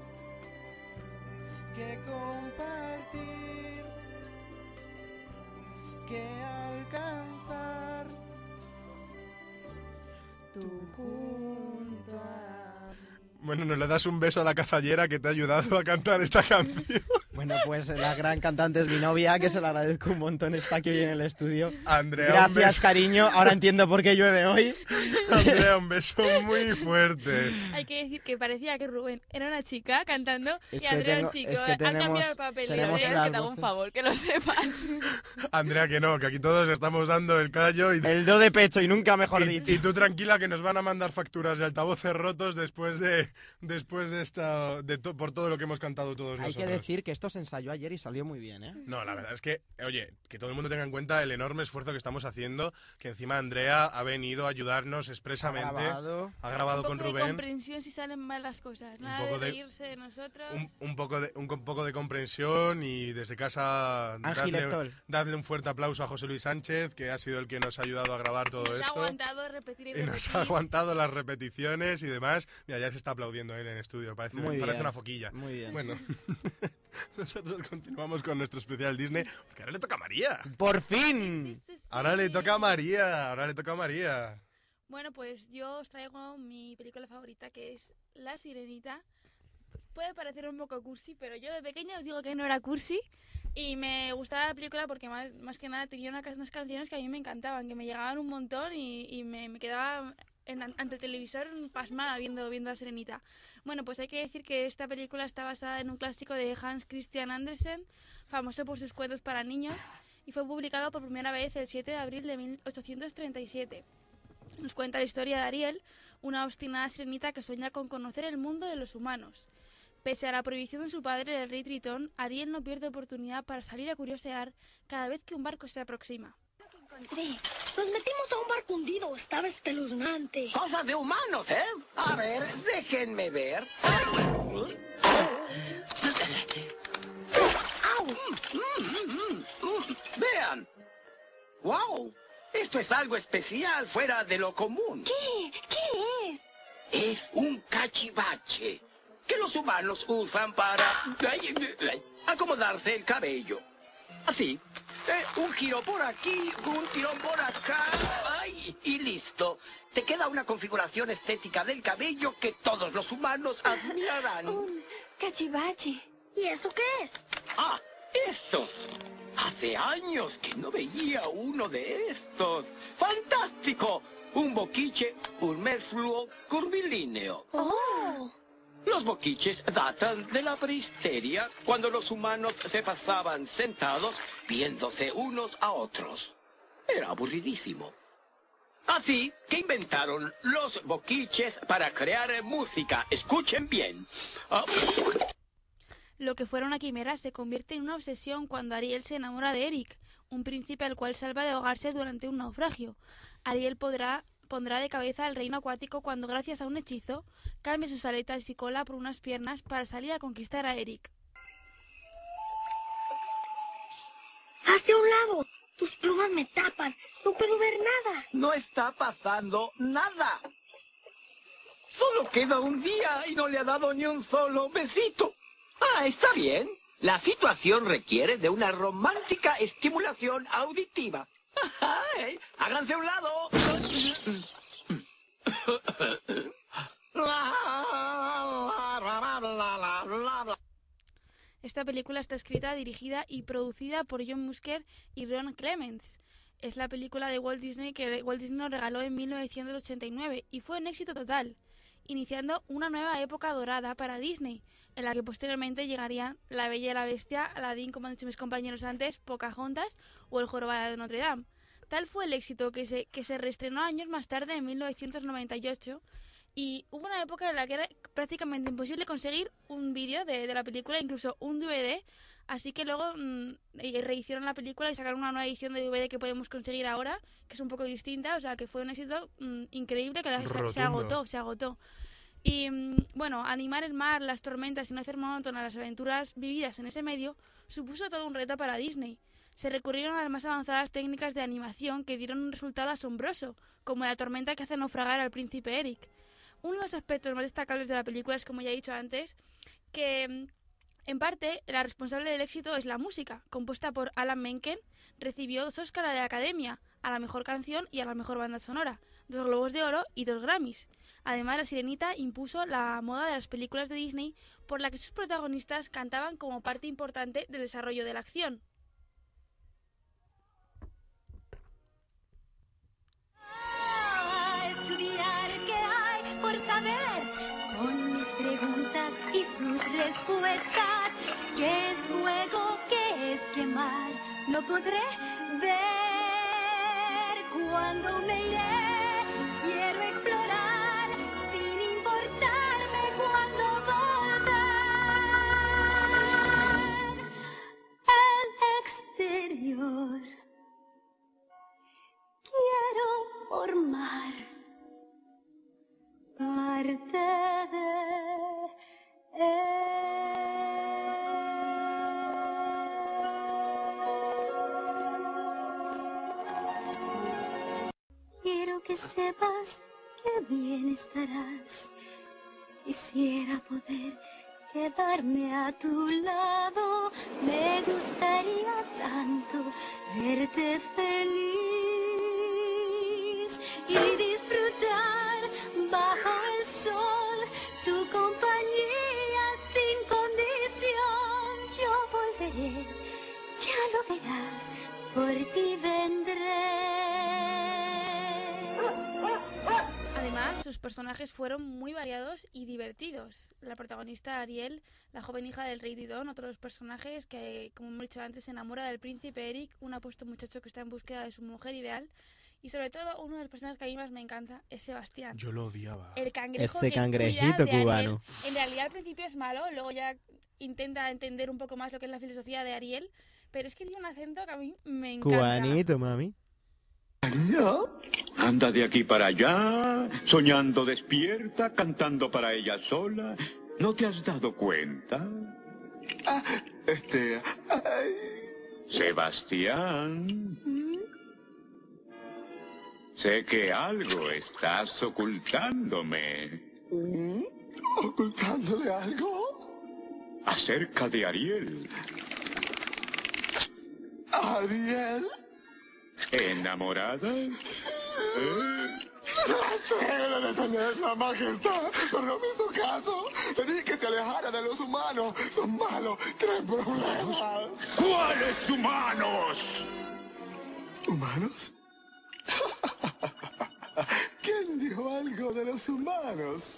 que compartir, que alcanzar. Tú junto junto a mí. Bueno, nos le das un beso a la cazallera que te ha ayudado a cantar esta canción. Bueno, pues la gran cantante es mi novia, que se lo agradezco un montón, está aquí hoy en el estudio. Andrea, un gracias, beso. cariño. Ahora entiendo por qué llueve hoy. Andrea, un beso muy fuerte. Hay que decir que parecía que Rubén era una chica cantando Es y que Andrea tengo- un chico. es que Han tenemos- cambiado el papel. tenemos ¿eh? las Que te hago un favor, que lo sepas. Andrea, que no, que aquí todos estamos dando el callo y... El do de pecho y nunca mejor dicho. Y tú tranquila que nos van a mandar facturas de altavoces rotos después de esta por todo lo que hemos cantado todos Hay nosotros. que decir que esto se ensayó ayer y salió muy bien, ¿eh? No, la verdad es que, oye, que todo el mundo tenga en cuenta el enorme esfuerzo que estamos haciendo, que encima Andrea ha venido a ayudarnos expresamente. Ha grabado con Un poco de Rubén. comprensión si salen mal las cosas. Nada poco de de- reírse de nosotros. Un poco de comprensión y desde casa dadle un fuerte aplauso a José Luis Sánchez, que ha sido el que nos ha ayudado a grabar todo Nos ha esto. aguantado repetir y Y repetir. nos ha aguantado las repeticiones y demás. Mira, ya se está aplaudiendo él en estudio. Parece Muy bien, una foquilla. muy bien. Bueno, nosotros continuamos con nuestro especial Disney, porque ahora le toca a María. ¡Por fin! Ahora le toca a María. Bueno, pues yo os traigo mi película favorita, que es La Sirenita. Puede parecer un poco cursi, pero yo de pequeña os digo que no era cursi. Y me gustaba la película porque más que nada tenía unas canciones que a mí me encantaban, que me llegaban un montón y me quedaba ante el televisor pasmada viendo La Sirenita. Bueno, pues hay que decir que esta película está basada en un clásico de Hans Christian Andersen, famoso por sus cuentos para niños, y fue publicado por primera vez el 7 de abril de 1837. Nos cuenta la historia de Ariel, una obstinada sirenita que sueña con conocer el mundo de los humanos. Pese a la prohibición de su padre, el rey Tritón, Ariel no pierde oportunidad para salir a curiosear cada vez que un barco se aproxima. Encontré. Nos metimos a un barco hundido. Estaba espeluznante. Cosas de humanos, ¿eh? A ver, déjenme ver. Vean. ¡Wow! Esto es algo especial, fuera de lo común. ¿Qué? ¿Qué es? Es un cachivache que los humanos usan para acomodarse el cabello. Así. Un giro por aquí, un tirón por acá. ¡Ay! Y listo. Te queda una configuración estética del cabello que todos los humanos admirarán. Un cachivache. ¿Y eso qué es? ¡Ah! ¡Esto! Hace años que no veía uno de estos. ¡Fantástico! Un boquiche, un merfluo curvilíneo. ¡Oh! Los boquiches datan de la prehistoria, cuando los humanos se pasaban sentados viéndose unos a otros. Era aburridísimo. Así que inventaron los boquiches para crear música. Escuchen bien. Lo que fuera una quimera se convierte en una obsesión cuando Ariel se enamora de Eric, un príncipe al cual salva de ahogarse durante un naufragio. Ariel pondrá de cabeza al reino acuático cuando, gracias a un hechizo, cambia sus aletas y cola por unas piernas para salir a conquistar a Eric. ¡Hazte a un lado! Tus plumas me tapan. No puedo ver nada. No está pasando nada. Solo queda un día y no le ha dado ni un solo besito. Ah, está bien. La situación requiere de una romántica estimulación auditiva. ¡Ay! ¡Háganse a un lado! Esta película está escrita, dirigida y producida por John Musker y Ron Clements. Es la película de Walt Disney que Walt Disney nos regaló en 1989 y fue un éxito total, iniciando una nueva época dorada para Disney, en la que posteriormente llegarían La Bella y la Bestia, Aladdin, como han dicho mis compañeros antes, Pocahontas o El Jorobado de Notre Dame. Tal fue el éxito que se reestrenó años más tarde, en 1998, y hubo una época en la que era prácticamente imposible conseguir un vídeo de la película, incluso un DVD, así que luego rehicieron la película y sacaron una nueva edición de DVD que podemos conseguir ahora, que es un poco distinta, o sea que fue un éxito increíble, que se agotó. Y bueno, animar el mar, las tormentas y no hacer monótonas las aventuras vividas en ese medio supuso todo un reto para Disney. Se recurrieron a las más avanzadas técnicas de animación que dieron un resultado asombroso, como la tormenta que hace naufragar al príncipe Eric. Uno de los aspectos más destacables de la película es, como ya he dicho antes, que en parte la responsable del éxito es la música, compuesta por Alan Menken. Recibió 2 Óscar de la Academia, a la mejor canción y a la mejor banda sonora, 2 Globos de Oro y 2 Grammys. Además, La Sirenita impuso la moda de las películas de Disney por la que sus protagonistas cantaban como parte importante del desarrollo de la acción. Estudiar qué hay por saber, con mis preguntas y sus respuestas. ¿Qué es fuego? ¿Qué es quemar? Lo podré ver cuando me iré. Quiero explorar sin importarme cuándo volver. El exterior. Quiero formar parte de Quiero que sepas que bien estarás. Quisiera poder quedarme a tu lado. Me gustaría tanto verte feliz y disfrutar bajo el sol tu compañía sin condición. Yo volveré, ya lo verás, por ti vendré. Además, sus personajes fueron muy variados y divertidos. La protagonista Ariel, la joven hija del rey Didon, otro de los personajes que, como hemos dicho antes, se enamora del príncipe Eric, un apuesto muchacho que está en búsqueda de su mujer ideal. Y sobre todo, uno de los personajes que a mí más me encanta es Sebastián. Yo lo odiaba. El cangrejo Ese que cangrejito cuida de cubano. Ariel. En realidad al principio es malo, luego ya intenta entender un poco más lo que es la filosofía de Ariel, pero es que tiene un acento que a mí me encanta. Cubanito, mami. Anda de aquí para allá, soñando despierta, cantando para ella sola. ¿No te has dado cuenta? Sebastián. Sé que algo estás ocultándome. ¿Ocultándole algo? Acerca de Ariel. ¿Ariel? ¿Enamorada? Traté de detenerla, majestad, pero no me hizo caso. Le dije que se alejara de los humanos. Son malos, traen problemas. ¿Cuáles humanos? ¿Humanos? ¿Quién dijo algo de los humanos?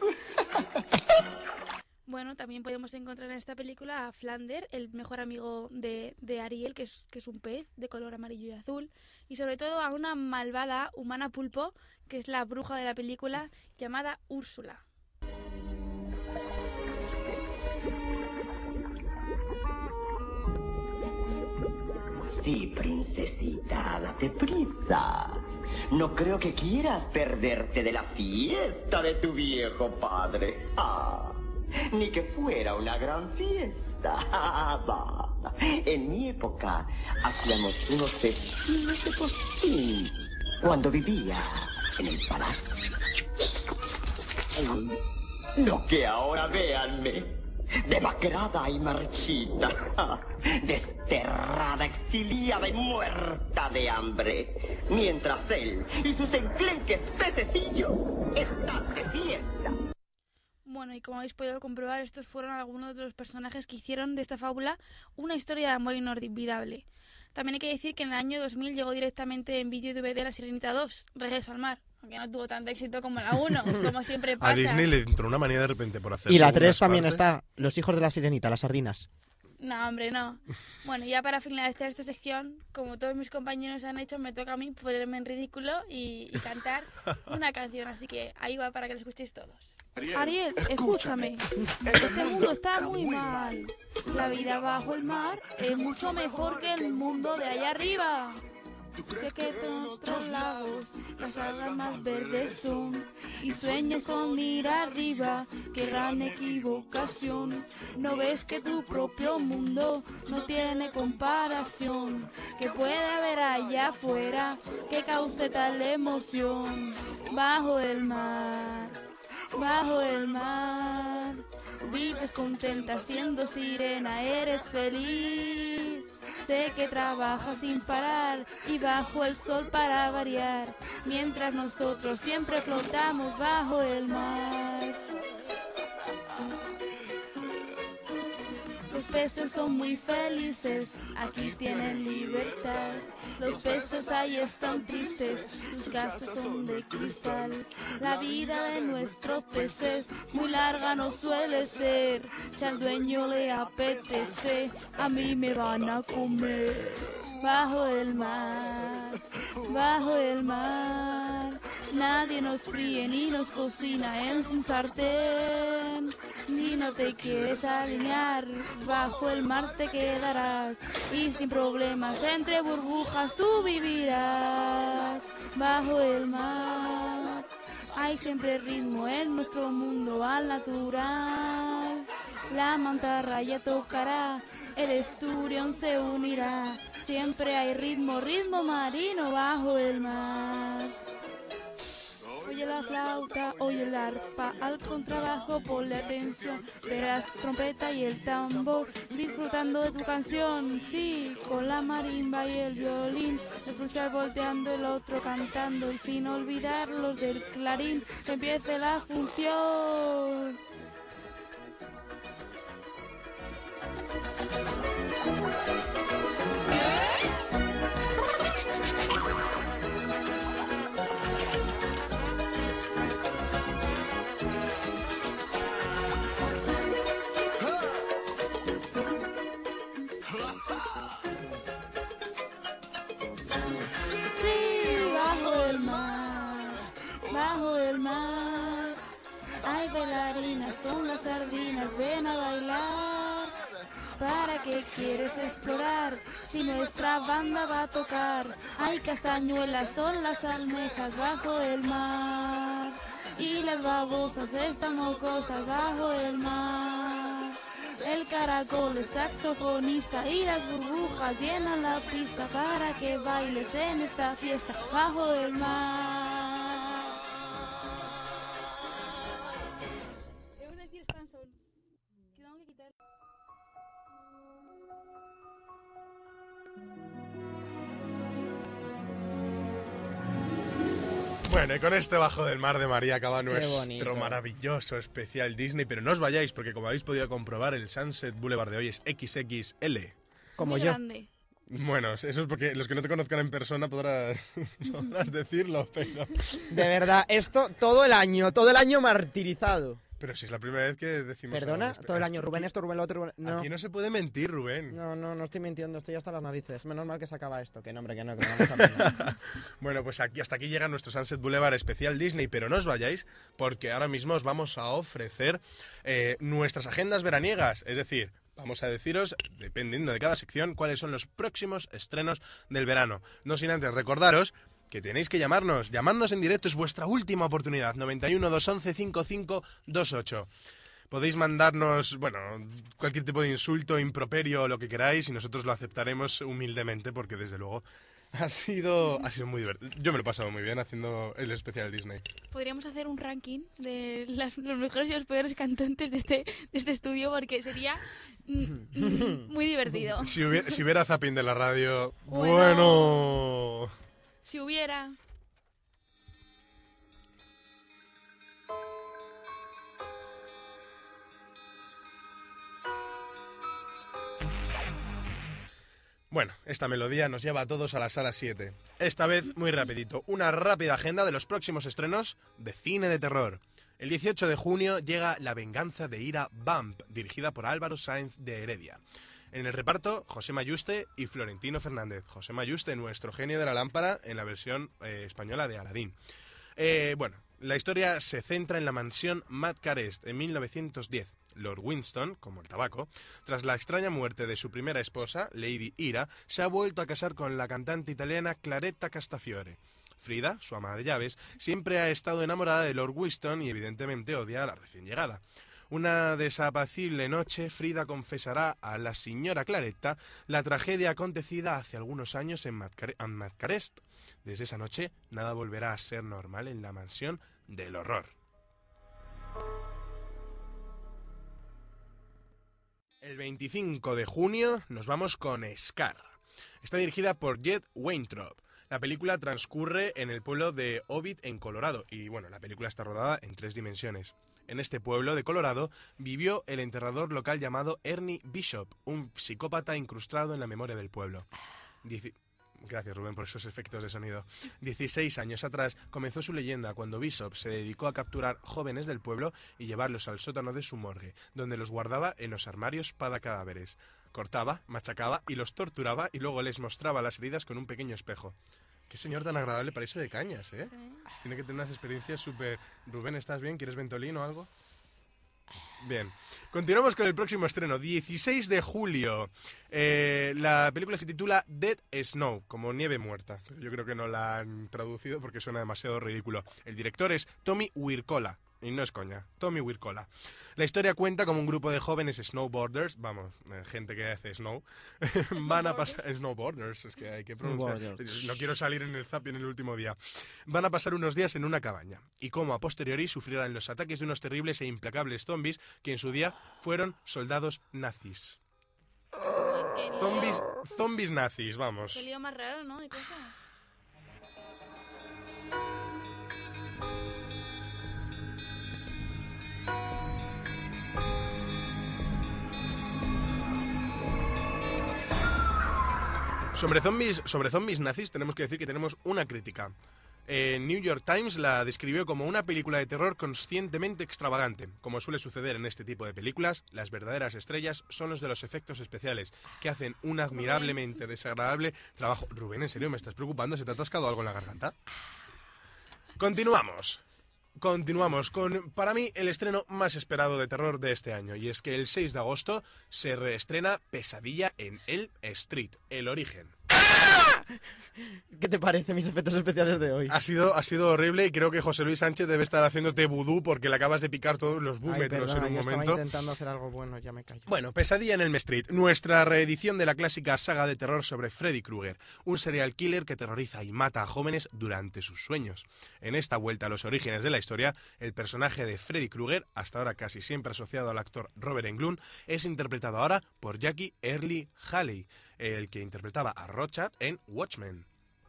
Bueno, también podemos encontrar en esta película a Flander, el mejor amigo de Ariel, que es un pez de color amarillo y azul, y sobre todo a una malvada humana pulpo, que es la bruja de la película, llamada Úrsula. Sí, princesita, date prisa. No creo que quieras perderte de la fiesta de tu viejo padre. Ni que fuera una gran fiesta. Va. En mi época hacíamos unos festines de postín cuando vivía en el palacio. Lo que ahora véanme, demacrada y marchita, desterrada, exiliada y muerta de hambre, mientras él y sus enclenques pececillos están de fiesta. Bueno, y como habéis podido comprobar, estos fueron algunos de los personajes que hicieron de esta fábula una historia de amor inolvidable. También hay que decir que en el año 2000 llegó directamente en vídeo y DVD La Sirenita 2, Regreso al Mar, aunque no tuvo tanto éxito como la 1, como siempre pasa. A Disney le entró una manía de repente por hacer. Y la 3 también está, Los hijos de la sirenita, las sardinas. No, hombre, no. Bueno, ya para finalizar esta sección, como todos mis compañeros han hecho, me toca a mí ponerme en ridículo y cantar una canción, así que ahí va para que la escuchéis todos. Ariel, escúchame. Este mundo está muy mal. La vida bajo el mar es mucho mejor que el mundo de allá arriba. Sé que en otros lados las algas más verdes son y sueñas con mirar arriba, qué gran equivocación. No ves que tu propio mundo no tiene comparación, que puede haber allá afuera que cause tal emoción. Bajo el mar, vives contenta siendo sirena, eres feliz. Sé que trabaja sin parar y bajo el sol para variar, mientras nosotros siempre flotamos bajo el mar. Los peces son muy felices, aquí tienen libertad. Los peces ahí están tristes, sus casas son de cristal. La vida de nuestros peces muy larga no suele ser. Si al dueño le apetece, a mí me van a comer. Bajo el mar, bajo el mar. Nadie nos fríe ni nos cocina en un sartén. Si no te quieres alinear, bajo el mar te quedarás. Y sin problemas entre burbujas tú vivirás. Bajo el mar hay siempre ritmo en nuestro mundo al natural. La mantarraya tocará, el esturión se unirá. Siempre hay ritmo, ritmo marino bajo el mar. Oye la flauta, oye el arpa, al contrabajo ponle atención. Verás trompeta y el tambor, disfrutando de tu canción. Sí, con la marimba y el violín, escuchar volteando, el otro cantando. Y sin olvidar los del clarín, que empiece la función. Bajo el mar hay bailarinas, son las sardinas, ven a bailar. ¿Para qué quieres explorar si nuestra banda va a tocar? Hay castañuelas, son las almejas bajo el mar. Y las babosas están mocosas bajo el mar. El caracol es saxofonista y las burbujas llenan la pista para que bailes en esta fiesta bajo el mar. Debo decir Stanson. Tengo que quitar. Bueno, y con este Bajo del Mar de María acaba Qué nuestro bonito. maravilloso especial Disney, pero no os vayáis porque como habéis podido comprobar el Sunset Boulevard de hoy es XXL. Como Muy yo. grande. Bueno, eso es porque los que no te conozcan en persona podrás decirlo, pero... De verdad, esto todo el año martirizado. Pero si es la primera vez que decimos... ¿Perdona? algo. Todo el año, Rubén esto, Rubén lo otro, Rubén... No. Aquí no se puede mentir, Rubén. No estoy mintiendo, estoy hasta las narices. Menos mal que se acaba esto. Que no, hombre, que no vamos a pena. Bueno, pues hasta aquí llega nuestro Sunset Boulevard especial Disney, pero no os vayáis porque ahora mismo os vamos a ofrecer nuestras agendas veraniegas, es decir... Vamos a deciros, dependiendo de cada sección, cuáles son los próximos estrenos del verano. No sin antes recordaros que tenéis que llamarnos. Llamadnos en directo es vuestra última oportunidad. 91 211 5528. Podéis mandarnos, bueno, cualquier tipo de insulto, improperio o lo que queráis y nosotros lo aceptaremos humildemente porque desde luego ha sido muy divertido. Yo me lo he pasado muy bien haciendo el especial Disney. Podríamos hacer un ranking de los mejores y los peores cantantes de este estudio porque sería muy divertido. Si hubiera zapping de la radio, Bueno. bueno. Si hubiera... Bueno, esta melodía nos lleva a todos a la sala 7. Esta vez, muy rapidito, una rápida agenda de los próximos estrenos de cine de terror. El 18 de junio llega La venganza de Ira Vamp, dirigida por Álvaro Sáenz de Heredia. En el reparto, José Mayuste y Florentino Fernández. José Mayuste, nuestro genio de la lámpara, en la versión española de Aladín. Bueno, la historia se centra en la mansión Madcarest en 1910. Lord Winston, como el tabaco, tras la extraña muerte de su primera esposa, Lady Ira, se ha vuelto a casar con la cantante italiana Claretta Castafiore. Frida, su ama de llaves, siempre ha estado enamorada de Lord Winston y evidentemente odia a la recién llegada. Una desapacible noche, Frida confesará a la señora Claretta la tragedia acontecida hace algunos años en Madcarest. Desde esa noche, nada volverá a ser normal en la mansión del horror. El 25 de junio nos vamos con Scar. Está dirigida por Jed Weintraub. La película transcurre en el pueblo de Ovid, en Colorado, y bueno, la película está rodada en 3 dimensiones. En este pueblo de Colorado vivió el enterrador local llamado Ernie Bishop, un psicópata incrustado en la memoria del pueblo. Gracias, Rubén, por esos efectos de sonido. 16 años atrás comenzó su leyenda cuando Bishop se dedicó a capturar jóvenes del pueblo y llevarlos al sótano de su morgue, donde los guardaba en los armarios para cadáveres. Cortaba, machacaba y los torturaba y luego les mostraba las heridas con un pequeño espejo. Qué señor tan agradable para irse de cañas, ¿eh? Sí. Tiene que tener unas experiencias súper... Rubén, ¿estás bien? ¿Quieres Ventolin o algo? Bien, continuamos con el próximo estreno, 16 de julio. La película se titula Dead Snow, como nieve muerta. Pero yo creo que no la han traducido porque suena demasiado ridículo. El director es Tommy Wirkola. Y no es coña, Tommy Wirkola. La historia cuenta como un grupo de jóvenes snowboarders, vamos, gente que hace snow, van a pasar... Snowboarders, es que hay que pronunciar... No quiero salir en el Zappy en el último día. Van a pasar unos días en una cabaña, y como a posteriori sufrirán los ataques de unos terribles e implacables zombies que en su día fueron soldados nazis. Zombies nazis, vamos. Qué lío más raro, ¿no? De cosas. Sobre zombies nazis tenemos que decir que tenemos una crítica. New York Times la describió como una película de terror conscientemente extravagante. Como suele suceder en este tipo de películas, las verdaderas estrellas son los de los efectos especiales, que hacen un admirablemente desagradable trabajo. Rubén, ¿en serio me estás preocupando? ¿Se te ha atascado algo en la garganta? Continuamos con, para mí, el estreno más esperado de terror de este año. Y es que el 6 de agosto se reestrena Pesadilla en Elm Street, el origen. ¿Qué te parece mis efectos especiales de hoy? Ha sido horrible y creo que José Luis Sánchez debe estar haciéndote vudú porque le acabas de picar todos los búmetros en un momento. Estaba intentando hacer algo bueno, ya me callo. Bueno, Pesadilla en Elm Street, nuestra reedición de la clásica saga de terror sobre Freddy Krueger, un serial killer que terroriza y mata a jóvenes durante sus sueños. En esta vuelta a los orígenes de la historia, el personaje de Freddy Krueger, hasta ahora casi siempre asociado al actor Robert Englund, es interpretado ahora por Jackie Earle Haley, el que interpretaba a Rorschach en Watchmen.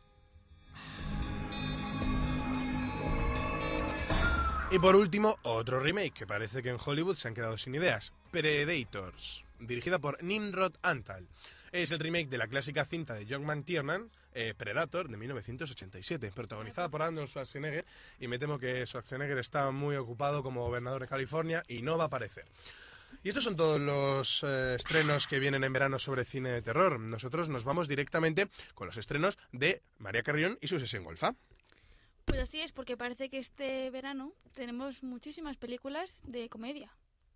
Y por último, otro remake, que parece que en Hollywood se han quedado sin ideas. Predators, dirigida por Nimrod Antal. Es el remake de la clásica cinta de John McTiernan, Predator, de 1987, protagonizada por Arnold Schwarzenegger, y me temo que Schwarzenegger está muy ocupado como gobernador de California y no va a aparecer. Y estos son todos los estrenos que vienen en verano sobre cine de terror. Nosotros nos vamos directamente con los estrenos de María Carrión y su sesión golfa. Pues así es, porque parece que este verano tenemos muchísimas películas de comedia.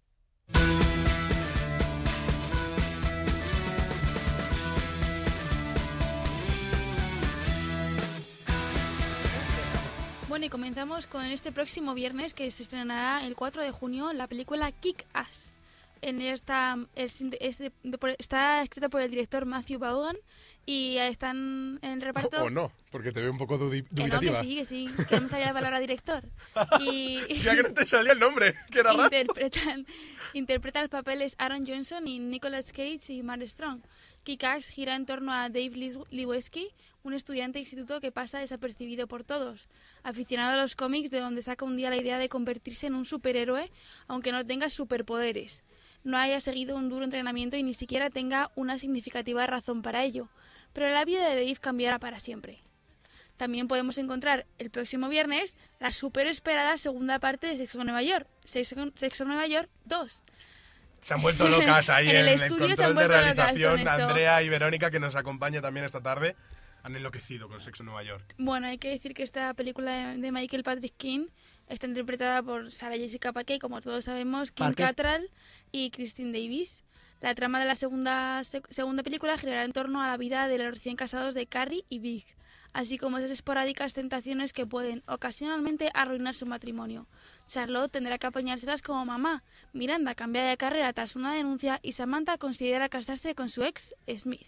Bueno, y comenzamos con este próximo viernes, que se estrenará el 4 de junio, la película Kick-Ass. Está escrita por el director Matthew Vaughn y están en el reparto... O no, porque te veo un poco dubitativa. Que sí, que no me salía la palabra director. Ya que no te salía el nombre, que era raro. Interpretan los papeles Aaron Johnson y Nicolas Cage y Mark Strong. Kick-Ass gira en torno a Dave Lewinsky, un estudiante de instituto que pasa desapercibido por todos. Aficionado a los cómics, de donde saca un día la idea de convertirse en un superhéroe, aunque no tenga superpoderes. No haya seguido un duro entrenamiento y ni siquiera tenga una significativa razón para ello. Pero la vida de Dave cambiará para siempre. También podemos encontrar el próximo viernes la súper esperada segunda parte de Sexo en Nueva York. Sexo en Nueva York 2. Se han vuelto locas ahí en el control de realización. Andrea y Verónica, que nos acompaña también esta tarde, han enloquecido con Sexo en Nueva York. Bueno, hay que decir que esta película de Michael Patrick King está interpretada por Sarah Jessica Parker, como todos sabemos, Kim Cattrall y Christine Davis. La trama de la segunda película girará en torno a la vida de los recién casados de Carrie y Big, así como esas esporádicas tentaciones que pueden ocasionalmente arruinar su matrimonio. Charlotte tendrá que apañárselas como mamá, Miranda cambia de carrera tras una denuncia y Samantha considera casarse con su ex, Smith.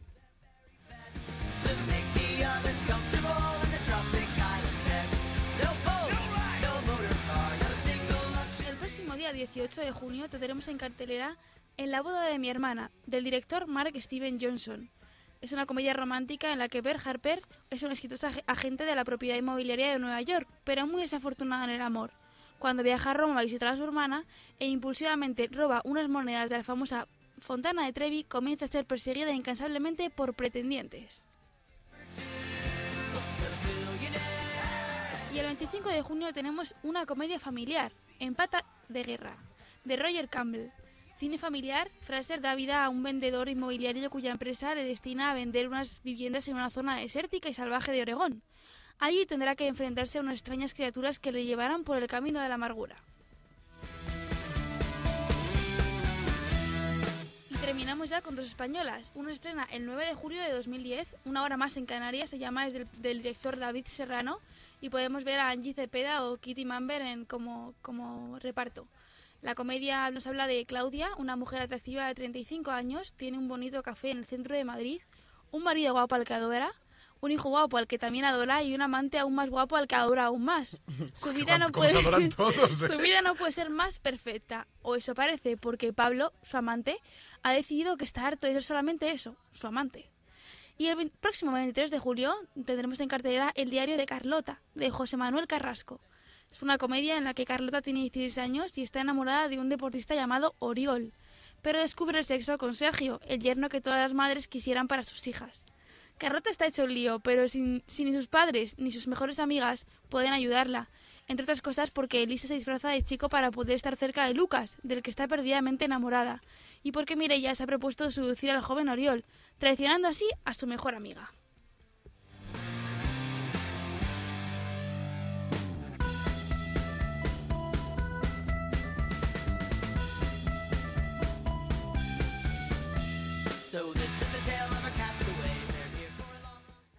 El próximo día 18 de junio tendremos en cartelera En la boda de mi hermana, del director Mark Steven Johnson. Es una comedia romántica en la que Bert Harper es un exitoso agente de la propiedad inmobiliaria de Nueva York, pero muy desafortunado en el amor. Cuando viaja a Roma a visitar a su hermana e impulsivamente roba unas monedas de la famosa Fontana de Trevi, comienza a ser perseguida incansablemente por pretendientes. Y el 25 de junio tenemos una comedia familiar, Empata de Guerra, de Roger Campbell. Cine familiar, Fraser da vida a un vendedor inmobiliario cuya empresa le destina a vender unas viviendas en una zona desértica y salvaje de Oregón. Allí tendrá que enfrentarse a unas extrañas criaturas que le llevarán por el camino de la amargura. Y terminamos ya con dos españolas. Una estrena el 9 de julio de 2010, Una hora más en Canarias, se llama, es del director David Serrano, y podemos ver a Angie Cepeda o Kitty Mamber como reparto. La comedia nos habla de Claudia, una mujer atractiva de 35 años, tiene un bonito café en el centro de Madrid, un marido guapo al que adora, un hijo guapo al que también adora y un amante aún más guapo al que adora aún más. Su vida no puede ser más perfecta, o eso parece, porque Pablo, su amante, ha decidido que está harto de ser solamente eso, su amante. Y el próximo 23 de julio tendremos en cartelera El diario de Carlota, de José Manuel Carrasco. Es una comedia en la que Carlota tiene 16 años y está enamorada de un deportista llamado Oriol, pero descubre el sexo con Sergio, el yerno que todas las madres quisieran para sus hijas. Carlota está hecho un lío, pero si ni sus padres ni sus mejores amigas pueden ayudarla, entre otras cosas porque Elisa se disfraza de chico para poder estar cerca de Lucas, del que está perdidamente enamorada, y porque Mireia se ha propuesto seducir al joven Oriol, traicionando así a su mejor amiga. So this is the tale of a castaway. They're here for a long...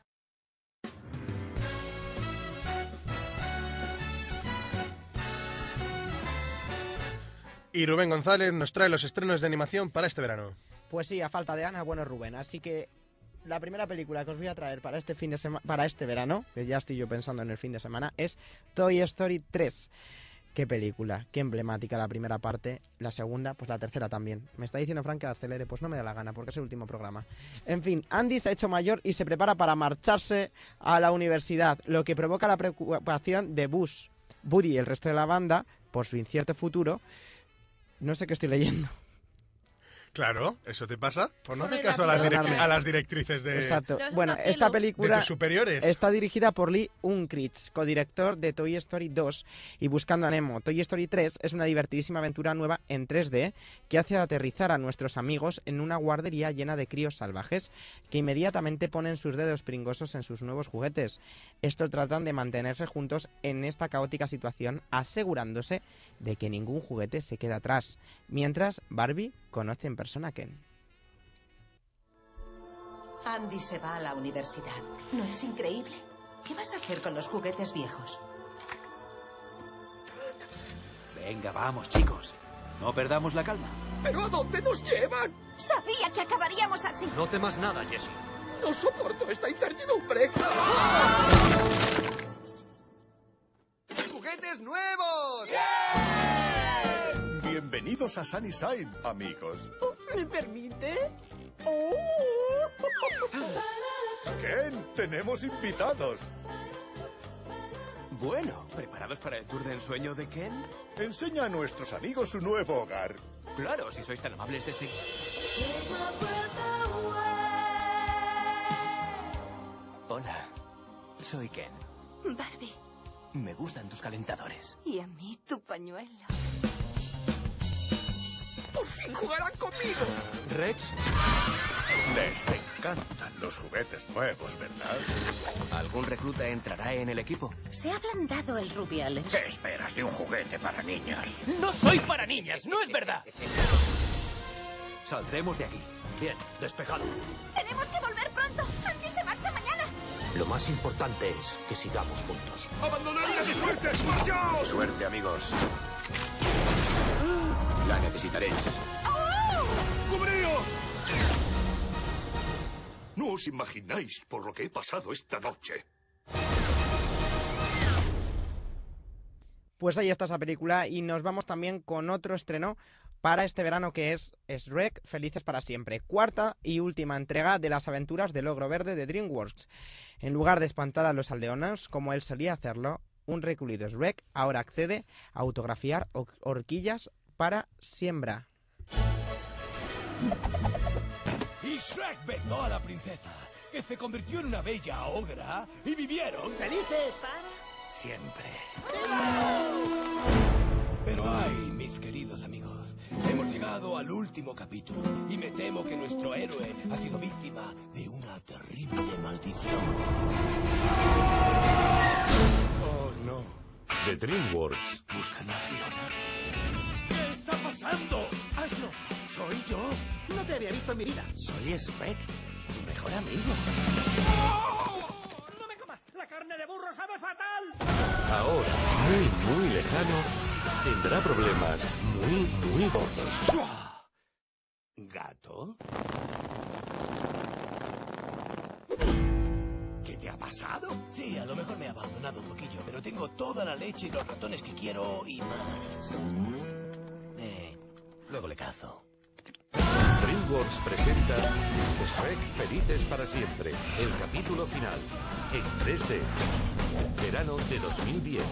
Y Rubén González nos trae los estrenos de animación para este verano. Pues sí, a falta de Ana, bueno Rubén, así que la primera película que os voy a traer para este verano, que ya estoy yo pensando en el fin de semana, es Toy Story 3. Qué película, qué emblemática la primera parte, la segunda, pues la tercera también. Me está diciendo Frank que acelere, pues no me da la gana, porque es el último programa. En fin, Andy se ha hecho mayor y se prepara para marcharse a la universidad, lo que provoca la preocupación de Buddy y el resto de la banda por su incierto futuro. No sé qué estoy leyendo. Claro, eso te pasa por no hacer caso a las directrices de, exacto. Bueno, esta película de tus superiores. Está dirigida por Lee Unkrich, codirector de Toy Story 2 y Buscando a Nemo. Toy Story 3 es una divertidísima aventura nueva en 3D que hace aterrizar a nuestros amigos en una guardería llena de críos salvajes que inmediatamente ponen sus dedos pringosos en sus nuevos juguetes. Estos tratan de mantenerse juntos en esta caótica situación, asegurándose de que ningún juguete se quede atrás, mientras Barbie conoce en persona a Ken. Andy se va a la universidad. ¿No es increíble? ¿Qué vas a hacer con los juguetes viejos? Venga, vamos, chicos. No perdamos la calma. ¿Pero a dónde nos llevan? Sabía que acabaríamos así. No temas nada, Jessie. No soporto esta incertidumbre. ¡Juguetes nuevos! Bienvenidos a Sunnyside, amigos. ¿Me permite? Ken, tenemos invitados. Bueno, ¿preparados para el tour de ensueño de Ken? Enseña a nuestros amigos su nuevo hogar. Claro, si sois tan amables de seguir. Hola, soy Ken. Barbie. Me gustan tus calentadores. Y a mí tu pañuelo. ¡Por fin jugarán conmigo! ¿Rex? Les encantan los juguetes nuevos, ¿verdad? ¿Algún recluta entrará en el equipo? Se ha ablandado el Rubiales. ¿Qué esperas de un juguete para niñas? ¡No soy para niñas! ¡No es verdad! Saldremos de aquí. Bien, despejado. ¡Tenemos que volver pronto! ¡Andy se marcha mañana! Lo más importante es que sigamos juntos. ¡Abandonad la suerte! ¡Marchaos! Suerte, amigos. La necesitaréis. ¡Cubríos! No os imagináis por lo que he pasado esta noche. Pues ahí está esa película y nos vamos también con otro estreno para este verano, que es Shrek Felices para Siempre, cuarta y última entrega de las aventuras del Ogro Verde de DreamWorks. En lugar de espantar a los aldeanos, como él solía hacerlo, un recluido Shrek ahora accede a autografiar horquillas para siembra. Y Shrek besó a la princesa, que se convirtió en una bella ogra, y vivieron ¡Felices! siempre. Pero ay, mis queridos amigos, hemos llegado al último capítulo y me temo que nuestro héroe ha sido víctima de una terrible maldición. Oh, no. De DreamWorks. ¿Buscan a Fiona? ¿Qué está pasando? ¡Asno! ¡Soy yo! No te había visto en mi vida. Soy Shrek, tu mejor amigo. ¡No me comas! ¡La carne de burro sabe fatal! Ahora, muy lejano, tendrá problemas muy gordos. ¿Gato? ¿Qué te ha pasado? Sí, a lo mejor me he abandonado un poquillo, pero tengo toda la leche y los ratones que quiero y más. Luego le cazo. DreamWorks presenta Shrek Felices para Siempre, el capítulo final, en 3D. Verano de 2010.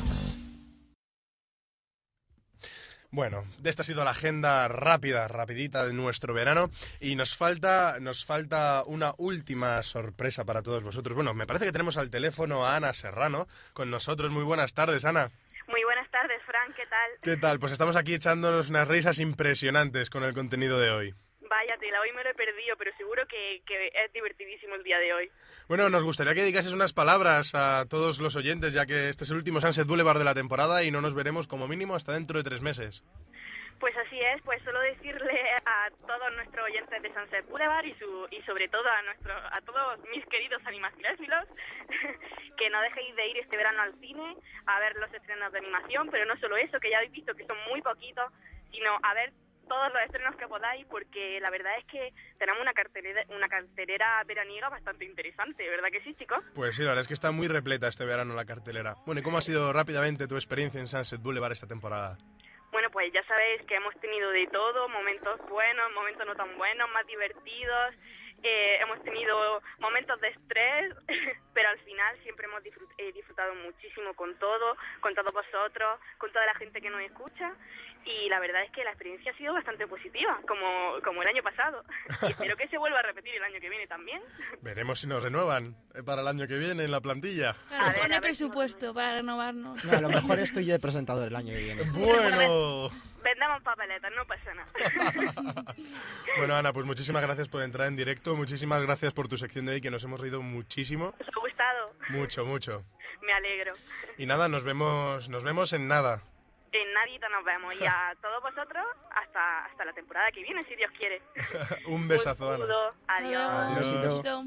Bueno, de esta ha sido la agenda rapidita de nuestro verano y nos falta una última sorpresa para todos vosotros. Bueno, me parece que tenemos al teléfono a Ana Serrano con nosotros. Muy buenas tardes, Ana. Muy buenas tardes, Fran, ¿qué tal? ¿Qué tal? Pues estamos aquí echándonos unas risas impresionantes con el contenido de hoy. Vaya tela, hoy me lo he perdido, pero seguro que es divertidísimo el día de hoy. Bueno, nos gustaría que dedicases unas palabras a todos los oyentes, ya que este es el último Sunset Boulevard de la temporada y no nos veremos como mínimo hasta dentro de 3 meses. Pues así es, pues solo decirle a todos nuestros oyentes de Sunset Boulevard y sobre todo a todos mis queridos animacinéfilos que no dejéis de ir este verano al cine a ver los estrenos de animación, pero no solo eso, que ya habéis visto que son muy poquitos, sino a ver todos los estrenos que podáis, porque la verdad es que tenemos una cartelera veraniega bastante interesante, ¿verdad que sí, chicos? Pues sí, la verdad es que está muy repleta este verano la cartelera. Bueno, ¿y cómo ha sido rápidamente tu experiencia en Sunset Boulevard esta temporada? Bueno, pues ya sabéis que hemos tenido de todo, momentos buenos, momentos no tan buenos, más divertidos, hemos tenido momentos de estrés, pero al final siempre hemos disfrutado muchísimo con todos vosotros, con toda la gente que nos escucha, y la verdad es que la experiencia ha sido bastante positiva, como el año pasado, y espero que se vuelva a repetir el año que viene también. Veremos si nos renuevan para el año que viene en la plantilla. Pone presupuesto para renovarnos. No, a lo mejor estoy yo de presentador el año que viene. Bueno. Vendamos papeletas, no pasa nada. Bueno, Ana, pues muchísimas gracias por entrar en directo, muchísimas gracias por tu sección de hoy, que nos hemos reído muchísimo. ¿Os ha gustado? Mucho. Me alegro. Y nada, nos vemos en nada. En nadita nos vemos, y a todos vosotros hasta la temporada que viene, si Dios quiere. Un besazo, Ana. Adiós. Adiós.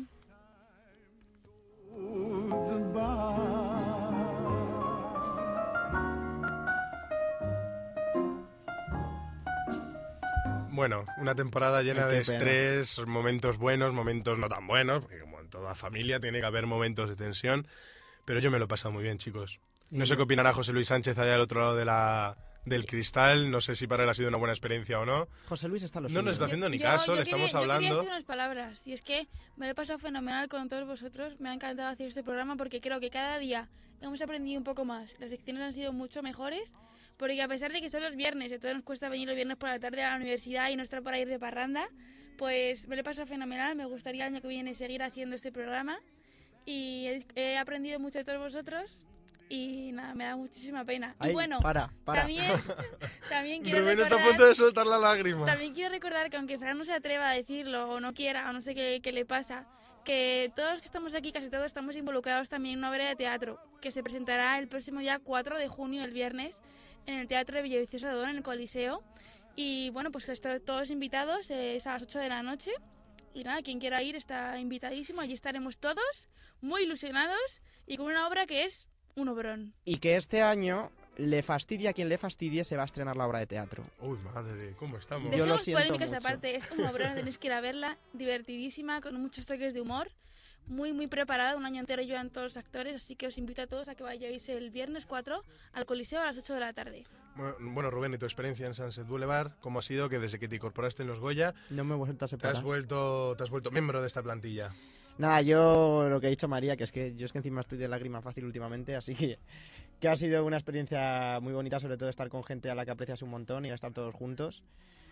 Bueno, una temporada llena de estrés, momentos buenos, momentos no tan buenos, porque como en toda familia tiene que haber momentos de tensión, pero yo me lo he pasado muy bien, chicos. No sé qué opinará José Luis Sánchez allá al otro lado del cristal, no sé si para él ha sido una buena experiencia o no. José Luis está No nos está haciendo ni caso, le estamos hablando. Yo quería decir unas palabras, y es que me lo he pasado fenomenal con todos vosotros, me ha encantado hacer este programa porque creo que cada día hemos aprendido un poco más, las secciones han sido mucho mejores, porque a pesar de que son los viernes, y a todos nos cuesta venir los viernes por la tarde a la universidad y no estar para ir de parranda, pues me lo he pasado fenomenal, me gustaría el año que viene seguir haciendo este programa, y he aprendido mucho de todos vosotros. Y nada, me da muchísima pena. Ay, y bueno, para. También quiero Rubén recordar... está a punto de soltar la lágrima. También quiero recordar que aunque Fran no se atreva a decirlo, o no quiera, o no sé qué le pasa, que todos los que estamos aquí, casi todos, estamos involucrados también en una obra de teatro, que se presentará el próximo día 4 de junio, el viernes, en el Teatro de Villaviciosa de Odón, en el Coliseo. Y bueno, pues todos invitados, es a las 8 de la noche. Y nada, quien quiera ir está invitadísimo. Allí estaremos todos, muy ilusionados, y con una obra que es un obrón. Y que este año le fastidia a quien le fastidie, se va a estrenar la obra de teatro. Uy, madre, ¿cómo estamos? Dejemos polémicas aparte, es un obrón, tenéis que ir a verla, divertidísima, con muchos toques de humor, muy, muy preparada. Un año entero llevan todos los actores, así que os invito a todos a que vayáis el viernes 4 al Coliseo a las 8 de la tarde. Bueno, Rubén, ¿y tu experiencia en Sunset Boulevard? ¿Cómo ha sido que desde que te incorporaste en los Goya No me he vuelto a te separar. has vuelto miembro de esta plantilla? Nada, yo lo que ha dicho María, que es que yo es que encima estoy de lágrima fácil últimamente, así que ha sido una experiencia muy bonita, sobre todo estar con gente a la que aprecias un montón y estar todos juntos.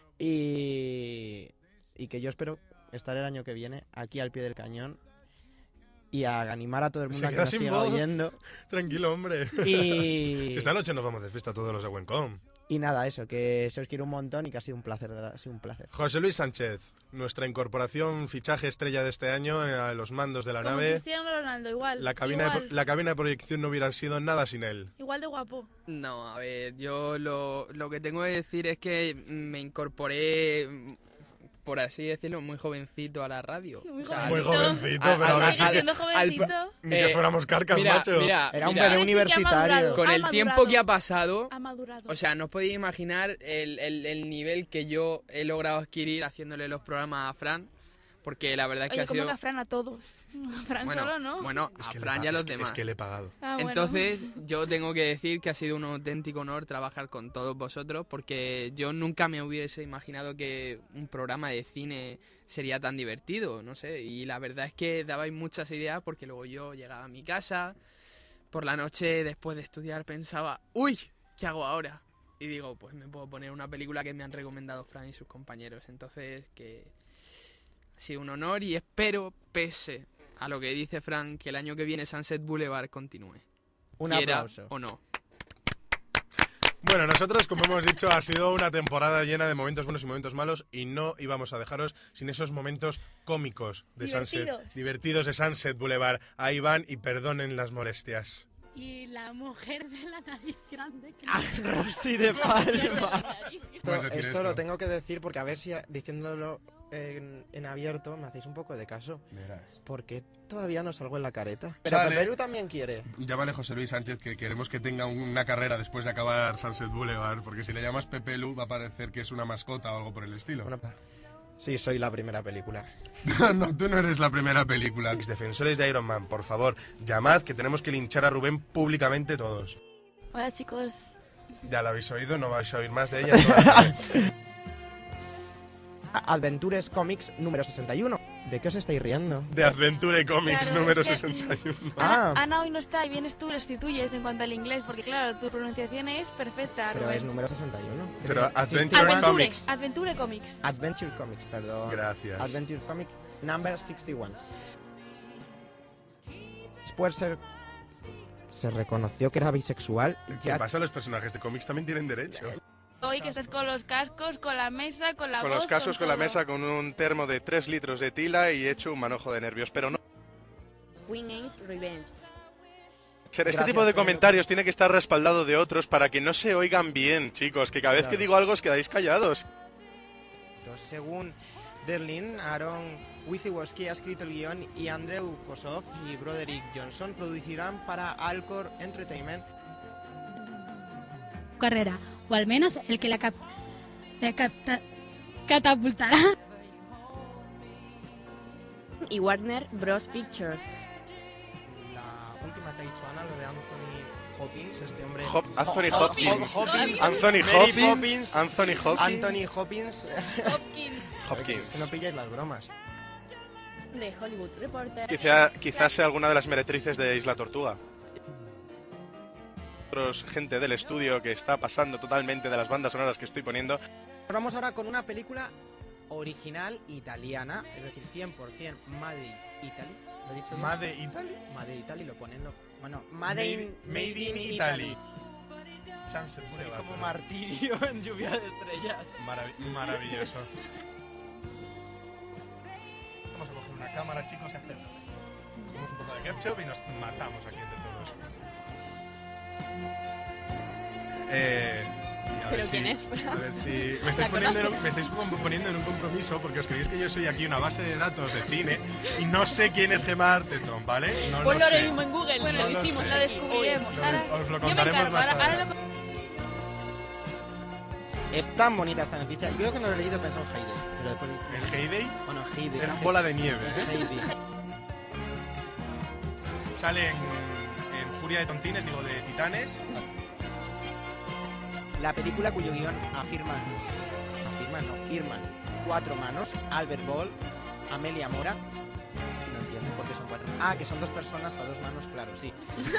Y que yo espero estar el año que viene aquí al pie del cañón y a animar a todo el mundo Se a que queda nos sin siga voz. oyendo. Tranquilo, hombre. Y- Si esta noche nos vamos de fiesta todos los de Wencom. Y nada, eso, que se os quiero un montón y que ha sido un placer, de verdad, ha sido un placer. José Luis Sánchez, nuestra incorporación, fichaje estrella de este año a los mandos de la Como nave. Cristiano Ronaldo, igual. La cabina, igual, la cabina de proyección no hubiera sido nada sin él. igual de guapo. No, a ver, yo lo que tengo que decir es que me incorporé, por así decirlo, muy jovencito a la radio. Muy O sea, Muy jovencito, al- pero al- ahora sí al- que- Siendo jovencito. Ni que fuéramos carcas, mira, macho. mira, Era un mira, bebé universitario. Con Ha el madurado. tiempo que ha pasado, Ha madurado. o sea, no os podéis imaginar el nivel que yo he logrado adquirir haciéndole los programas a Fran, porque la verdad es que Oye, ha como sido... que a Fran a todos. A Fran solo, ¿no? Bueno, Es a que le Fran pa- y a los es que- demás. Es que le he pagado. Ah, bueno. Entonces, yo tengo que decir que ha sido un auténtico honor trabajar con todos vosotros, porque yo nunca me hubiese imaginado que un programa de cine sería tan divertido, no sé, y la verdad es que dabais muchas ideas, porque luego yo llegaba a mi casa, por la noche, después de estudiar, pensaba, uy, ¿qué hago ahora? Y digo, pues me puedo poner una película que me han recomendado Fran y sus compañeros, entonces que ha sido un honor y espero, pese a lo que dice Fran, que el año que viene Sunset Boulevard continúe. Un Quiera aplauso. o no. Bueno, nosotros, como hemos dicho, ha sido una temporada llena de momentos buenos y momentos malos y no íbamos a dejaros sin esos momentos cómicos de Divertidos. divertidos de Sunset Boulevard. Ahí van y perdonen las molestias. Y la mujer de la nariz grande. Que Rosy de Palma. Puedes decir Esto eso. lo tengo que decir porque a ver si diciéndolo en abierto me hacéis un poco de caso. Verás. ¿Por qué todavía no salgo en la careta? Pero Sale. Pepe Lu también quiere. Llámale José Luis Sánchez, que queremos que tenga una carrera después de acabar Sunset Boulevard, porque si le llamas Pepe Lu va a parecer que es una mascota o algo por el estilo. Bueno, sí, soy la primera película. No, tú no eres la primera película. Mis defensores de Iron Man, por favor, llamad que tenemos que linchar a Rubén públicamente todos. Hola, chicos. Ya la habéis oído, no vais a oír más de ella. Toda Adventures Comics número 61. ¿De qué os estáis riendo? de Adventure Comics Claro, número es que- 61. Ah. Ana hoy no está y vienes tú y le sustituyes en cuanto al inglés, porque claro, tu pronunciación es perfecta, Pero Rubén. es número 61. Pero Sí, Adventure Adventure Comics. Adventure Comics. Adventure Comics, perdón. Gracias. Adventure Comics number 61. Después se reconoció que era bisexual. ¿Qué pasa? Los personajes de cómics también tienen derecho. Hoy que estás con los cascos, con la mesa, con la Con voz, los casos, con la todo. mesa, con un termo de 3 litros de tila y hecho un manojo de nervios. Pero no. Queen's Revenge. Ser este Gracias tipo de por- comentarios tiene que estar respaldado de otros para que no se oigan bien, chicos. Que cada vez que Claro. digo algo os quedáis callados. Según Derlin, Aaron Wisiewski ha escrito el guión y Andrew Kosoff y Broderick Johnson producirán para Alcor Entertainment. Carrera, o al menos el que la catapultará. Y Warner Bros. Pictures. La última que ha dicho Ana, lo de Anthony Hopkins, este hombre... Anthony Hopkins. Hopkins. Anthony Mary Hopkins. Anthony Hopkins. Anthony Hopkins. Hopkins. Es que no pilláis las bromas. De Hollywood Reporter. Quizás sea alguna de las meretrices de Isla Tortuga. Gente del estudio que está pasando totalmente de las bandas sonoras que estoy poniendo. Vamos ahora con una película original italiana, es decir, 100% Made Italy. ¿Lo he dicho bien? ¿Made Italy? Made Italy lo ponen... Bueno, Made in Italy. Sunset Soy Boulevard. como martirio en lluvia de estrellas. Maravilloso. Vamos a coger una cámara, chicos, y hacerlo. Hacemos un poco de ketchup y nos matamos aquí entre todos. Y a ¿Pero ver quién si- es? A ver si... Me estáis, poniendo en un compromiso porque os creéis que yo soy aquí una base de datos de cine y no sé quién es Gemma Arterton, ¿vale? No lo Ponlo ahora sé. mismo en Google. Bueno, No lo lo hicimos, sé. lo descubriremos. Lo- Ahora, os lo yo me contaremos encargo, más ahora adelante. Es tan bonita esta noticia. Yo creo que no lo he leído pensado en Heidi. Pero después... ¿En Heyday? Bueno, Heidi. Era bola de nieve, ¿eh? Heidi. Sale en Furia de Tontines, digo, de Titanes. La película cuyo guión firman 4 manos: Albert Ball, Amelia Mora. No entiendo por qué son 4. Ah, que son 2 personas a 2 manos, claro, sí.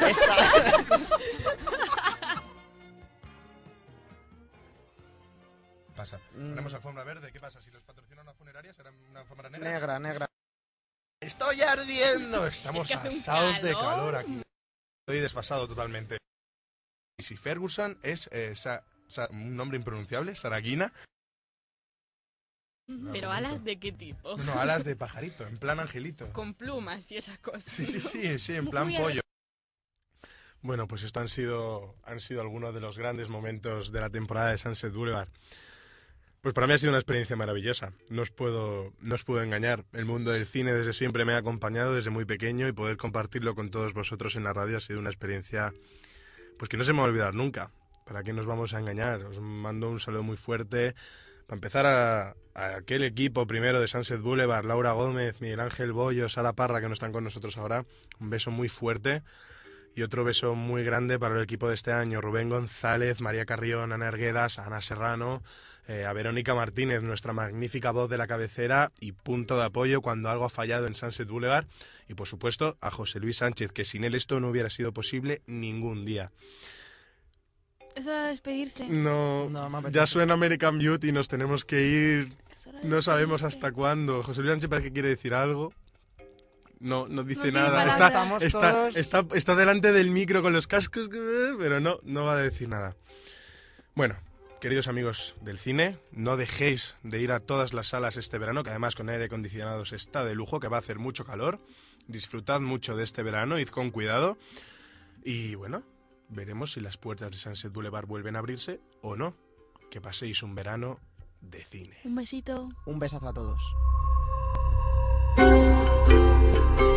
Pasa. Ponemos alfombra verde. ¿Qué pasa? Si los patrocina una funeraria, ¿será una alfombra negra? Negra. ¡Estoy ardiendo! Estamos Es que hace un asados de calor. calor aquí. Estoy desfasado totalmente. Y si Ferguson es un nombre impronunciable, Saragina. ¿Pero alas de qué tipo? No, alas de pajarito, en plan angelito. Con plumas y esas cosas. Sí, en plan Muy pollo. Bueno, pues esto han sido algunos de los grandes momentos de la temporada de Sunset Boulevard. Pues para mí ha sido una experiencia maravillosa. No os puedo engañar. El mundo del cine desde siempre me ha acompañado desde muy pequeño y poder compartirlo con todos vosotros en la radio ha sido una experiencia pues que no se me va a olvidar nunca. ¿Para qué nos vamos a engañar? Os mando un saludo muy fuerte. Para empezar a aquel equipo primero de Sunset Boulevard, Laura Gómez, Miguel Ángel Bollo, Sara Parra, que no están con nosotros ahora. Un beso muy fuerte. Y otro beso muy grande para el equipo de este año: Rubén González, María Carrión, Ana Arguedas, Ana Serrano, a Verónica Martínez, nuestra magnífica voz de la cabecera y punto de apoyo cuando algo ha fallado en Sunset Boulevard, y por supuesto a José Luis Sánchez, que sin él esto no hubiera sido posible ningún día. Eso de despedirse. No, ya suena American Beauty y nos tenemos que ir. No sabemos hasta cuándo. José Luis Sánchez parece que quiere decir algo. No dice nada. Está delante del micro con los cascos, pero no va a decir nada. Bueno, queridos amigos del cine, no dejéis de ir a todas las salas este verano, que además con aire acondicionado se está de lujo, que va a hacer mucho calor. Disfrutad mucho de este verano, id con cuidado. Y bueno, veremos si las puertas de Sunset Boulevard vuelven a abrirse o no. Que paséis un verano de cine. Un besito. Un besazo a todos.